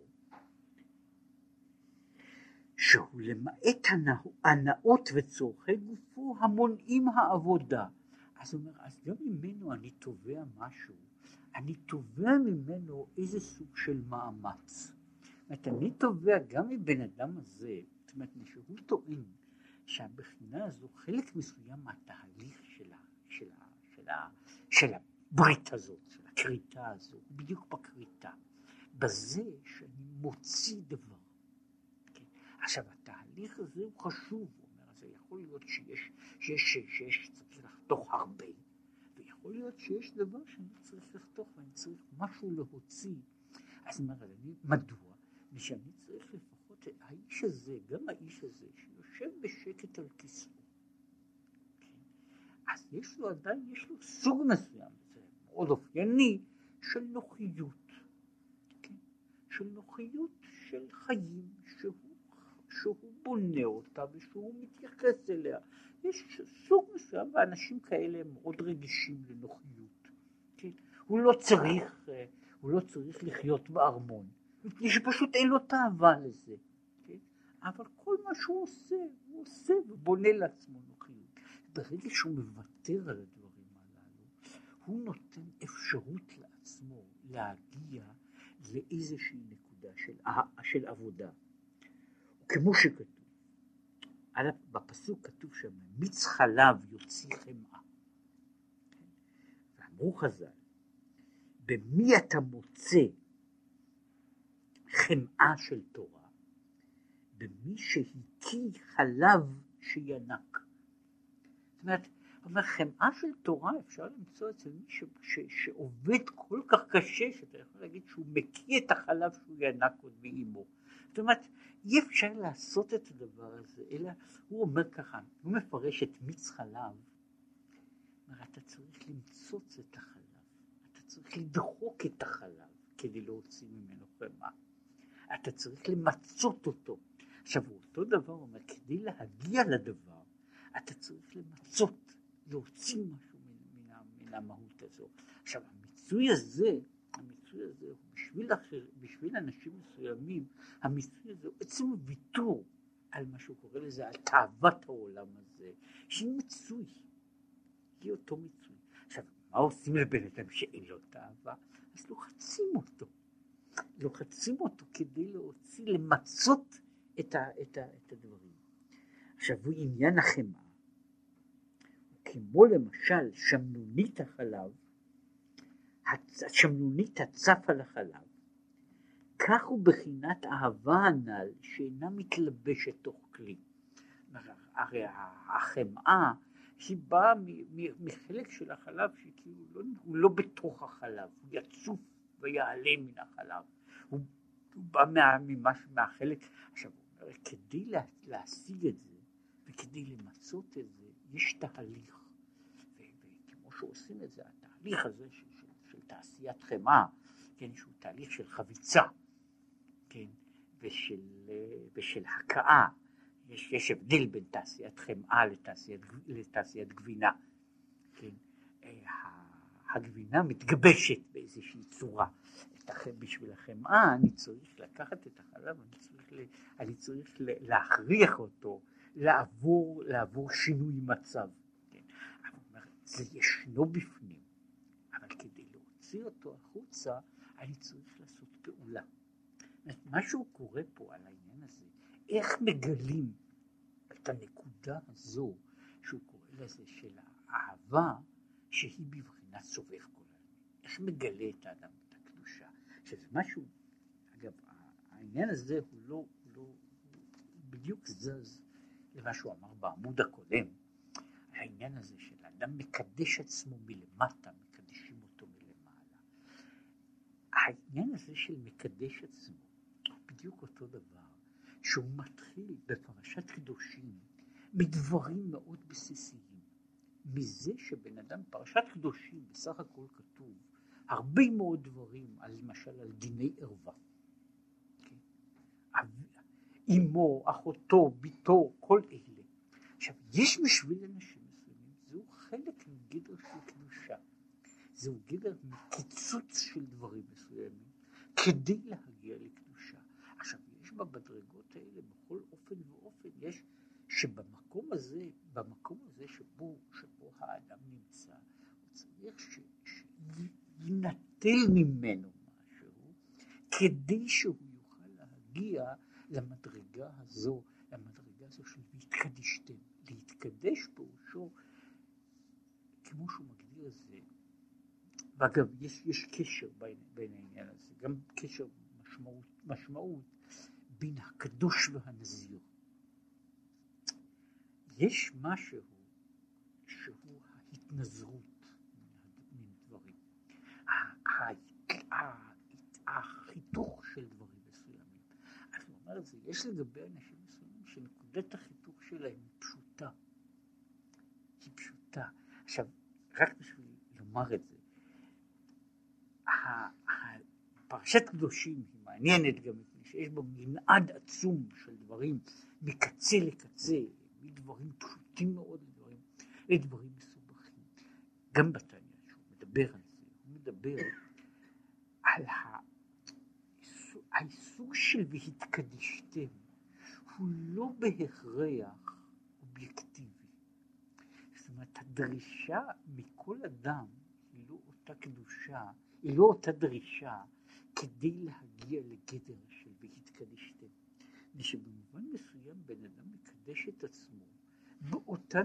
שהוא למעט הנאות וצורכי גופו המונעים העבודה. אז הוא אומר, אז גם ממנו אני תובע משהו, אני תובע ממנו איזה סוג של מאמץ. זאת אומרת, אני תובע גם מבן אדם הזה, זאת אומרת, שהוא טוען שהבחינה הזו חלק מסוים מהתהליך של הברית הזאת, של הקריטה הזו, בדיוק בקריטה, בזה שאני מוציא דבר. כן? עכשיו, התהליך הזה הוא חשוב, הוא אומר, זה יכול להיות שיש צריך לחתוך הרבה, ויכול להיות שיש דבר שאני צריך לחתוך, ואני צריך משהו להוציא. אז אומר, מדוע? ושאני צריך לפחות האיש הזה, גם האיש הזה, שיושב בשקט על כיסאו. אז יש לו עדיין, יש לו סוג מסוים, זה מאוד אופייני, של נוחיות, כן? של נוחיות של חיים, שהוא בונה אותה ושהוא מתייחס אליה. יש סוג מסוים, ואנשים כאלה הם מאוד רגישים לנוחיות, כן? הוא לא צריך לחיות בארמון, מפני שפשוט אין לו תאווה לזה, כן? אבל כל מה שהוא עושה, הוא עושה ובונה לעצמו נוחיות. ברגע שהוא מוותר על הדברים הללו, הוא נותן אפשרות לעצמו להגיע לאיזושהי נקודה של עבודה. כמו שכתוב, בפסוק כתוב שם, מיץ חלב יוציא חמאה. ואמרו חז"ל, במי אתה מוצא חמאה של תורה? במי שהקיא חלב שינק. זאת אומרת, חמאה של תורה אפשר למצוא אצל מי שעובד כל כך קשה, שאתה יכול להגיד שהוא מקיא את החלב שהוא ינק עוד מאימו. זאת אומרת, אי אפשר לעשות את הדבר הזה, אלא הוא אומר ככה, הוא מפרש את מיץ חלב, אומר, אתה צריך למצוץ את החלב, אתה צריך לדחוק את החלב כדי להוציא ממנו חמאה, אתה צריך למצות אותו. עכשיו, אותו דבר אומר, כדי להגיע לדבר, אתה צריך למצות, להוציא משהו מן המהות הזו. עכשיו, המיצוי הזה הוא בשביל אנשים מסוימים, המיצוי הזה הוא עצם ויתור על מה שהוא קורא לזה, על תאוות העולם הזה, שהיא מצוי, היא אותו מיצוי. עכשיו, מה עושים לבן אדם שאין לו תאווה? אז לוחצים אותו כדי להוציא, למצות את הדברים. עכשיו הוא עניין החמאה, כמו למשל שמנונית החלב, השמנונית הצף על החלב, כך הוא בחינת אהבה הנ"ל שאינה מתלבשת תוך כלי. הרי החמאה היא באה מחלק של החלב שכאילו הוא לא בתוך החלב, הוא יצוף ויעלה מן החלב, הוא בא מהחלק. עכשיו הוא אומר, כדי להשיג את זה וכדי למצות את זה יש תהליך, וכמו שעושים את זה, התהליך הזה של תעשיית חמאה, כן, שהוא תהליך של חביצה, כן, ושל הקאה. יש הבדל בין תעשיית חמאה לתעשיית גבינה. כן? הגבינה מתגבשת באיזושהי צורה. בשביל החמאה אני צריך לקחת את החלב, אני צריך להכריח אותו לעבור שינוי מצב. כן? זה ישנו בפנים, אבל כדי להוציא אותו החוצה אני צריך לעשות פעולה. משהו קורה פה על העניין הזה, איך מגלים את הנקודה הזו שהוא קורא לזה של האהבה שהיא בבחינת סובב כל העניין, איך מגלה את האדם את הקדושה, שזה משהו, אגב העניין הזה הוא לא בדיוק זז למה שהוא אמר בעמוד הקודם, העניין הזה של האדם מקדש עצמו מלמטה, מקדשים אותו מלמעלה. העניין הזה של מקדש עצמו הוא בדיוק אותו דבר, שהוא מתחיל בפרשת קדושים מדברים מאוד בסיסיים, מזה שבן אדם, פרשת קדושים בסך הכל כתוב הרבה מאוד דברים, למשל על דיני ערווה, אמו, אחותו, ביתו, כל אלה. עכשיו יש בשביל אנשים מסוימים, זהו חלק מגדר של קדושה, זהו גדר מקיצוץ של דברים מסוימים כדי להגיע לקדושה. עכשיו יש במדרגות האלה בכל אופן ואופן, יש שבמקום הזה שבו האדם נמצא, הוא צריך שיינטל ממנו משהו כדי שהוא יוכל להגיע למדרגה הזו של להתקדשתם. להתקדש פירושו, כמו שהוא מגדיר את זה, ואגב יש קשר בין העניין הזה, גם קשר משמעות בין הקדוש והנזיר. יש משהו שהוא ההתנזרות מן דברים, החיתוך של דברים מסוימים. אז הוא אומר את זה, יש לגבי אנשים מסוימים שנקודת החיתוך שלהם היא פשוטה. עכשיו, רק בשביל לומר את זה, פרשת קדושים היא מעניינת גם מפני שיש בו מנעד עצום של דברים מקצה לקצה, מדברים פשוטים מאוד לדברים מסובכים. גם בתניא שהוא מדבר על זה, הוא מדבר על הסוג של והתקדשתם, הוא לא בהכרח אובייקטיבי. זאת אומרת, הדרישה מכל אדם היא לא אותה קדושה, היא לא אותה דרישה כדי להגיע לגדר של והתקדשתם. ושבמובן מסוים בן אדם מקדש את עצמו באותה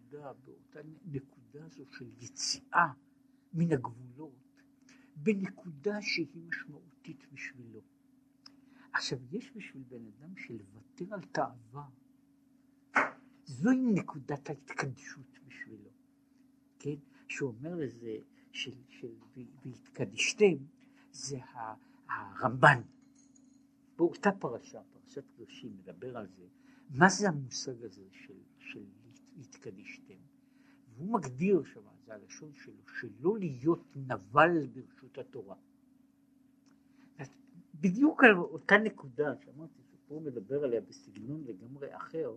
נקודה הזו של יציאה מן הגבולות, בנקודה שהיא משמעותית בשבילו. עכשיו יש בשביל בן אדם שלוותר על תאווה, זוהי נקודת ההתקדשות בשבילו, כן? שהוא אומר לזה של והתקדשתם, זה הרמב"ן באותה פרשת קדושים מדבר על זה, מה זה המושג הזה של להתקדשתם, והוא מגדיר שם, זה הלשון שלו, שלא להיות נבל ברשות התורה. בדיוק על אותה נקודה שאמרתי שפה הוא מדבר עליה בסגנון לגמרי אחר,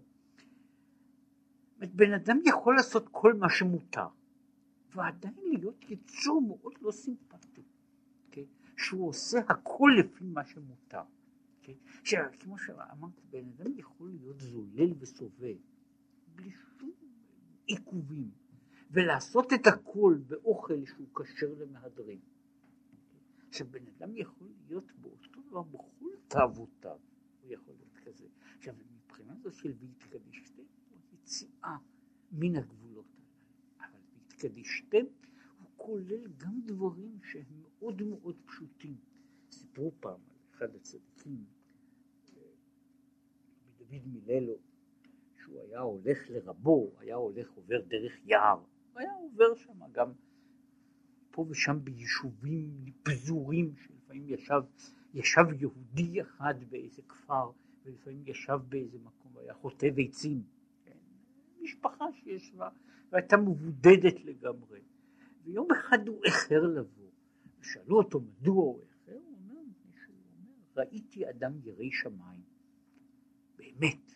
בן אדם יכול לעשות כל מה שמותר ועדיין להיות יצור מאוד לא סימפטי, okay? שהוא עושה הכל לפי מה שמותר, okay? כמו שאמרתי, בן אדם יכול להיות זולל וסובב בלי שום עיכובים ולעשות את הכל באוכל שהוא כשר למהדרין. עכשיו בן אדם יכול להיות באותו דבר בכל תאוותיו, הוא יכול להיות כזה. עכשיו מבחינה זו של והתקדישתם הוא יציאה מן הגבולות האלה, אבל והתקדישתם הוא כולל גם דברים שהם מאוד מאוד פשוטים. סיפרו פעם על אחד הצדיקים, דוד מיללו, שהוא היה הולך לרבו, היה הולך עובר דרך יער, הוא היה עובר שם גם פה ושם ביישובים פזורים, שלפעמים ישב יהודי אחד באיזה כפר, ולפעמים ישב באיזה מקום, והיה חוטא ביצים, כן? משפחה שישבה, והייתה מבודדת לגמרי. ויום אחד הוא איחר לבוא, ושאלו אותו מדוע הוא איחר, הוא אומר, ראיתי אדם ירא שמיים, באמת.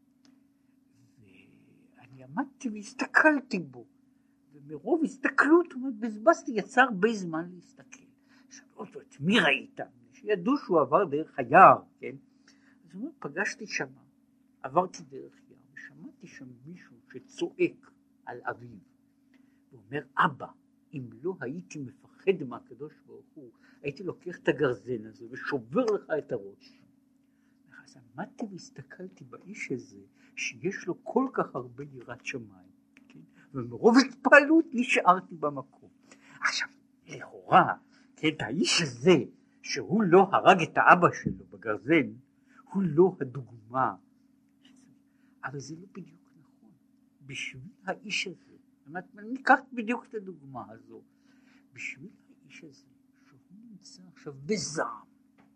ואני עמדתי והסתכלתי בו, ומרוב הסתכלות, בזבזתי, יצא הרבה זמן להסתכל. שאלו אותו, את מי ראית? שידעו שהוא עבר דרך היער, כן? אז הוא אומר, פגשתי שם, עברתי דרך יער, ושמעתי שם מישהו שצועק על אביו. הוא אומר, אבא, אם לא הייתי מפחד מהקדוש ברוך הוא, הייתי לוקח את הגרזן הזה ושובר לך את הראש. אז עמדתי והסתכלתי באיש הזה, שיש לו כל כך הרבה יראת שמיים, כן? ומרוב התפעלות נשארתי במקום. עכשיו, לכאורה, כן, האיש הזה, שהוא לא הרג את האבא שלו בגרזן, הוא לא הדוגמה. אבל זה לא בדיוק נכון. בשביל האיש הזה, אני אקח בדיוק את הדוגמה הזו, בשביל האיש הזה, שהוא נמצא עכשיו בזעם,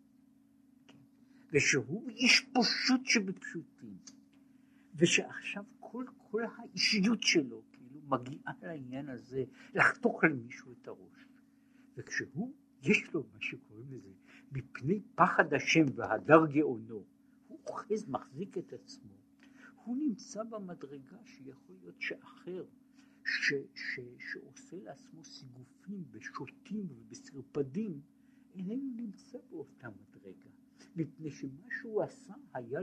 ושהוא איש פשוט שבפשוטים, ושעכשיו כל האישיות שלו כאילו מגיעה לעניין הזה לחתוך למישהו את הראש, וכשהוא יש לו מה שקוראים לזה מפני פחד השם והדר גאונו, הוא אוחז מחזיק את עצמו, הוא נמצא במדרגה שיכול להיות שאחר שעושה לעצמו סיגופים בשוטים ובסרפדים איננו נמצא באותה מדרגה, מפני שמה שהוא עשה היה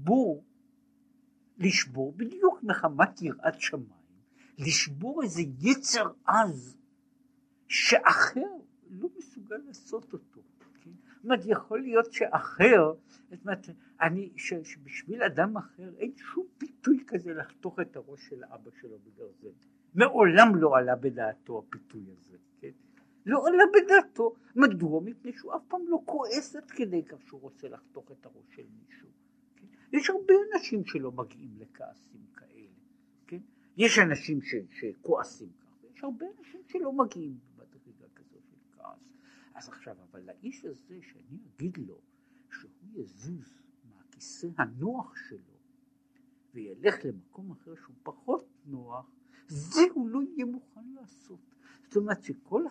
לשבור בדיוק מחמת יראת שמיים, לשבור איזה יצר עז שאחר לא מסוגל לעשות אותו. כן? זאת אומרת, יכול להיות שאחר, זאת אומרת, שבשביל אדם אחר אין שום פיתוי כזה לחתוך את הראש של האבא שלו בגרזן. מעולם לא עלה בדעתו הפיתוי הזה. כן? לא עלה בדעתו. מדוע? מפני שהוא אף פעם לא כועס עד כדי כך שהוא רוצה לחתוך את הראש של מישהו. כן? יש הרבה אנשים שלא מגיעים לכעסים כאלה. כן? יש אנשים שכועסים כך, ויש הרבה אנשים שלא מגיעים בדרגה כזו של כעס. אז עכשיו, אבל לאיש הזה שאני אגיד לו שהוא יזוז מהכיסא הנוח שלו וילך למקום אחר שהוא פחות נוח, זה הוא לא יהיה מוכן לעשות. זאת אומרת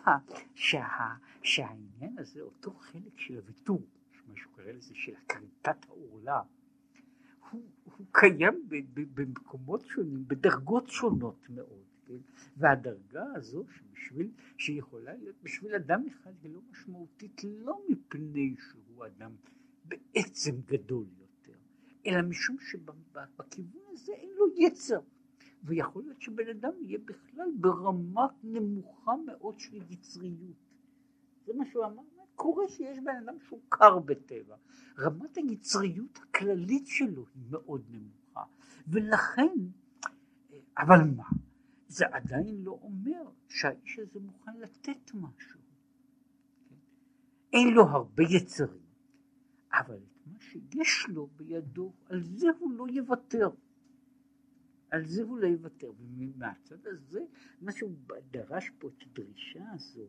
שהעניין הזה, אותו חלק של הוויתור, שמשהו קרא לזה של הכריתת העורלה, הוא קיים במקומות שונים, בדרגות שונות מאוד, כן? והדרגה הזו שיכולה להיות בשביל אדם אחד היא לא משמעותית, לא מפני שהוא אדם בעצם גדול יותר, אלא משום שבכיוון הזה אין לו יצר, ויכול להיות שבן אדם יהיה בכלל ברמה נמוכה מאוד של יצריות. זה מה שהוא אמר, קורה שיש בן אדם שהוא קר בטבע, רמת היצריות הכללית שלו היא מאוד נמוכה, ולכן, אבל מה? זה עדיין לא אומר שהאיש הזה מוכן לתת משהו. אין לו הרבה יצרים, אבל את מה שיש לו בידו, על זה הוא לא יוותר. על זה הוא לא יוותר. ומהצד הזה, מה שהוא דרש פה את הדרישה הזו,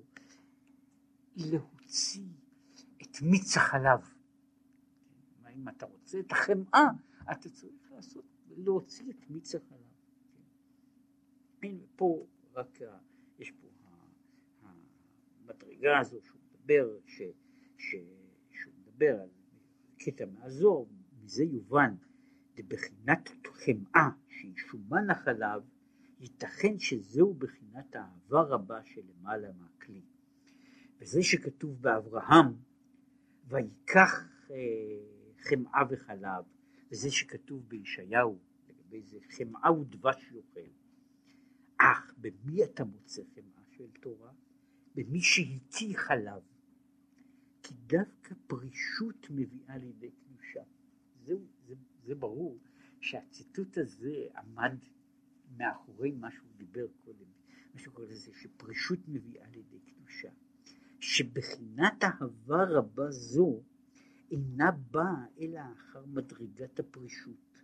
להוציא את מיץ החלב. אם אתה רוצה את החמאה, אתה צריך להוציא את מיץ החלב. הנה פה רק יש פה המדרגה הזו שהוא מדבר, שהוא מדבר על קטע מהזוהר, מזה יובן, בחינת חמאה שהיא שומן החלב, ייתכן שזהו בחינת האהבה רבה שלמעלה מהכלי. וזה שכתוב באברהם, ויקח חמאה וחלב, וזה שכתוב בישעיהו, לגבי זה חמאה ודבש יאכל. אך במי אתה מוצא חמאה של תורה? במי שהקיא חלב. כי דווקא פרישות מביאה לידי קדושה. זה ברור שהציטוט הזה עמד מאחורי מה שהוא דיבר קודם. מה שהוא קורא לזה שפרישות מביאה לידי קדושה. שבחינת אהבה רבה זו אינה באה אלא אחר מדרגת הפרישות.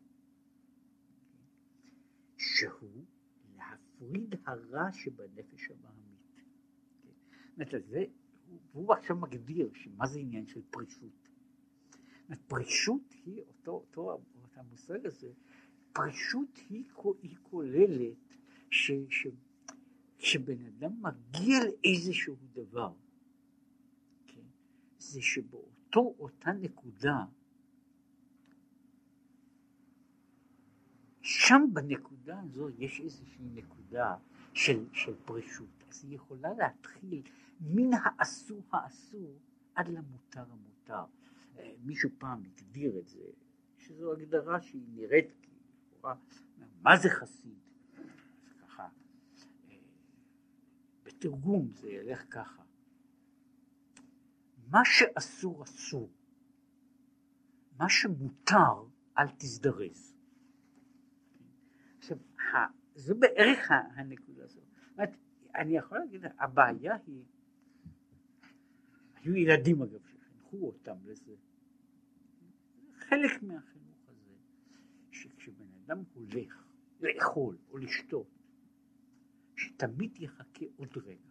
שהוא להפריד הרע שבנפש הבהמית. והוא עכשיו מגדיר שמה זה עניין של פרישות. פרישות היא אותו המושג הזה, פרישות היא כוללת שבן אדם מגיע לאיזשהו דבר, זה שבאותה נקודה, שם בנקודה הזו יש איזושהי נקודה של פרישות. אז היא יכולה להתחיל מן האסור עד למותר המותר. מישהו פעם הגדיר את זה, שזו הגדרה שהיא נראית מה זה חסיד? ככה, בתרגום זה ילך ככה, מה שאסור אסור, מה שמותר אל תזדרז. עכשיו, זו בערך הנקודה הזו. אני יכול להגיד, הבעיה היא, היו ילדים אגב שחינכו אותם לזה, חלק מהחינוך הזה, שכשבן אדם הולך לאכול או לשתות, שתמיד יחכה עוד רגע.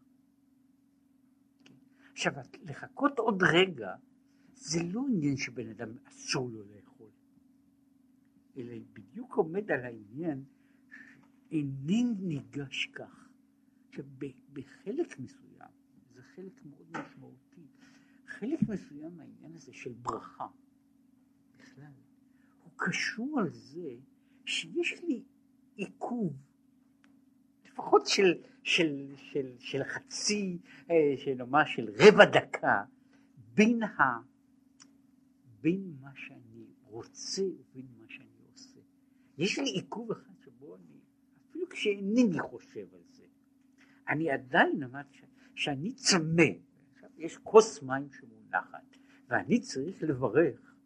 עכשיו, לחכות עוד רגע, זה לא עניין שבן אדם אסור לו לאכול, אלא בדיוק עומד על העניין, אינן ניגש כך. עכשיו, בחלק מסוים, זה חלק מאוד משמעותי, חלק מסוים העניין הזה של ברכה, בכלל, הוא קשור על זה שיש לי עיכוב, לפחות של חצי, שנאמר של רבע דקה, בין מה שאני רוצה ובין מה שאני עושה. יש לי עיכוב אחד שבו אני, אפילו כשאינני חושב על זה, אני עדיין אמרתי שאני צמא, יש כוס מים שמונחת, ואני צריך לברך.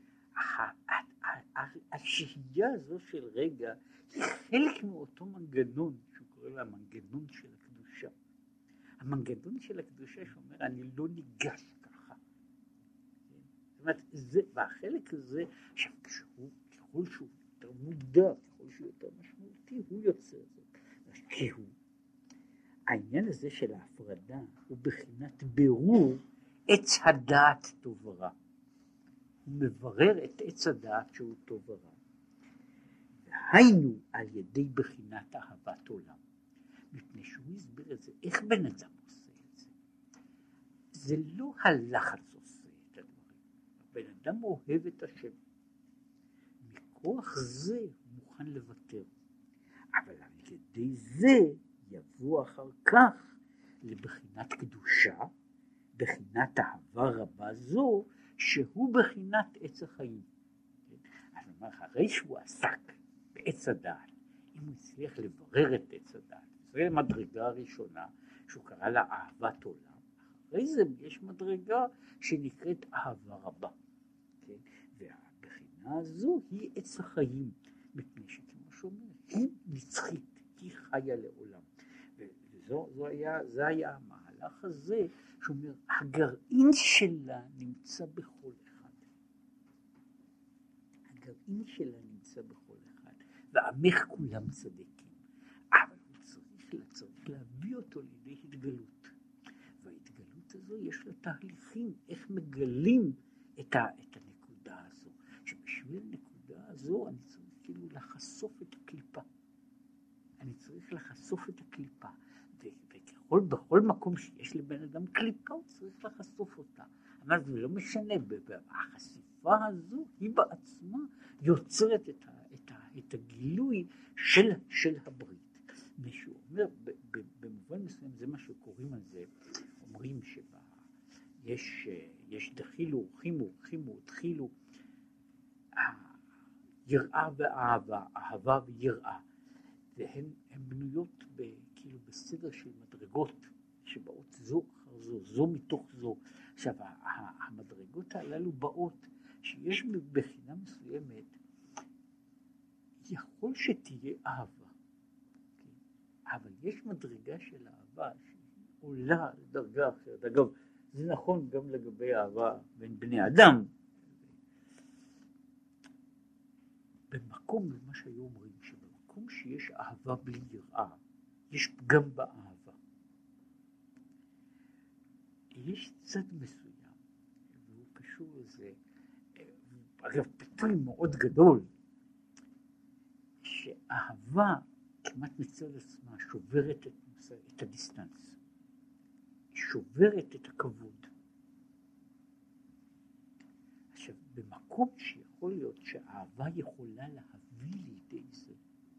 השהייה הזו של רגע היא חלק מאותו מנגנון שהוא קורא לה המנגנון של הקדושה. המנגנון של הקדושה שאומר אני לא ניגש ככה. זאת אומרת, והחלק הזה, ככל שהוא יותר מודע, ככל שהוא יותר משמעותי, הוא יוצר זאת. כי הוא, העניין הזה של ההפרדה הוא בחינת בירור עץ הדעת טוב ורע. הוא מברר את עץ הדעת שהוא טוב ורע. היינו על ידי בחינת אהבת עולם. מפני שהוא הסביר את זה, איך בן אדם עושה את זה? זה לא הלחץ עושה את הדברים. בן אדם אוהב את השם. מכוח זה הוא מוכן לוותר. אבל על ידי זה יבוא אחר כך לבחינת קדושה, בחינת אהבה רבה זו, שהוא בחינת עץ החיים. אז אומר, הרי שהוא עסק בעץ הדעת, אם הוא הצליח לברר את עץ הדעת, זו המדרגה הראשונה שהוא קרא לה אהבת עולם, אחרי זה יש מדרגה שנקראת אהבה רבה, כן? והבחינה הזו היא עץ החיים, מפני שכמו שאומר, היא נצחית, היא חיה לעולם. זה היה המהלך הזה, שאומר, הגרעין שלה נמצא בכל אחד. הגרעין שלה נמצא בכל אחד, ועמך כולם צדיקים. אבל הוא צריך להביא אותו לידי התגלות. וההתגלות הזו יש לה תהליכים, איך מגלים את הנקודה הזו. שבשביל הנקודה הזו אני צריך כאילו לחשוף את הקליפה. אני צריך לחשוף את הקליפה. בכל מקום שיש לבן אדם קליפה, הוא צריך לחשוף אותה. אבל זה לא משנה, החשיפה הזו היא בעצמה יוצרת את הגילוי של הברית. מישהו אומר, במובן מסוים זה מה שקוראים על זה, אומרים יש דחילו, חימו, תחילו, יראה ואהבה, אהבה ויראה. והן בנויות כאילו בסדר של מדרגות שבאות זו אחר זו, זו מתוך זו. עכשיו המדרגות הללו באות שיש בחינה מסוימת יכול שתהיה אהבה, אבל יש מדרגה של אהבה שהיא עולה לדרגה אחרת. אגב, זה נכון גם לגבי אהבה בין בני אדם. במקום, מה שהיו אומרים, שבמקום שיש אהבה בלי יראה, יש פגם באהבה. יש צד מסוים, והוא קשור לזה, אגב, פיתוי מאוד גדול, שאהבה כמעט מצד עצמה שוברת את הדיסטנס, היא שוברת את הכבוד. עכשיו, במקום שיכול להיות שהאהבה יכולה להביא לידי זה,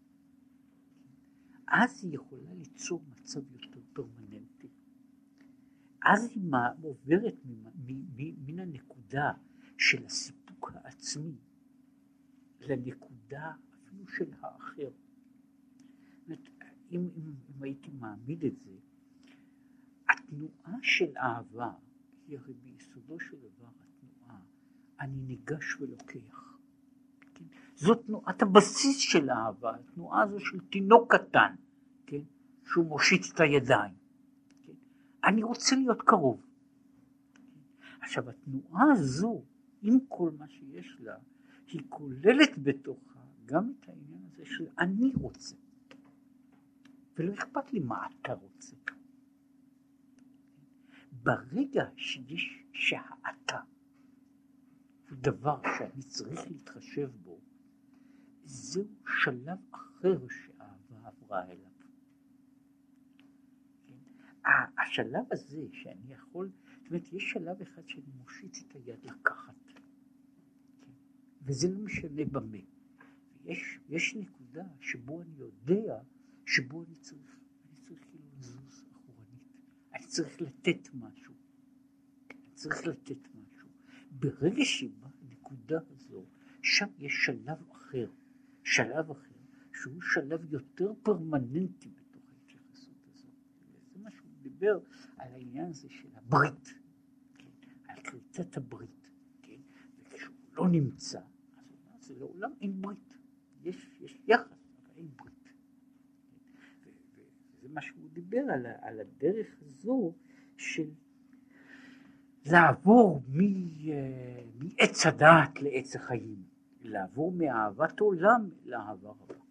אז היא יכולה ליצור מצב יותר פרמננטי. אז היא עוברת מן הנקודה של הסיפוק העצמי לנקודה אפילו של האחר. אם הייתי מעמיד את זה, התנועה של אהבה היא הרי ביסודו של דבר התנועה אני ניגש ולוקח. כן? זאת תנועת הבסיס של האהבה, התנועה הזו של תינוק קטן, כן? שהוא מושיט את הידיים. כן? אני רוצה להיות קרוב. כן? עכשיו התנועה הזו, עם כל מה שיש לה, היא כוללת בתוכה גם את העניין הזה של אני רוצה. ולא אכפת לי מה אתה רוצה. ברגע שהאתה הוא דבר שאני צריך להתחשב בו, זהו שלב אחר שהאהבה עברה אליו. השלב הזה שאני יכול, זאת אומרת, יש שלב אחד שאני מושיט את היד לקחת, וזה לא משנה במה. יש נקודה שבו אני יודע שבו אני צריך כאילו לזוז אחורנית. אני צריך לתת משהו. ברגע שבא הנקודה הזו, שם יש שלב אחר, שהוא שלב יותר פרמננטי בתוך ההתייחסות הזו. זה מה שהוא דיבר על העניין הזה של הברית, כן? על כריתת הברית, כן? וכשהוא לא נמצא, אז הוא אומר, זה לעולם אין ברית. יש יחס, אבל אין ברית. זה מה שהוא דיבר על הדרך הזו של לעבור מעץ הדעת לעץ החיים, לעבור מאהבת עולם לאהבה רבה.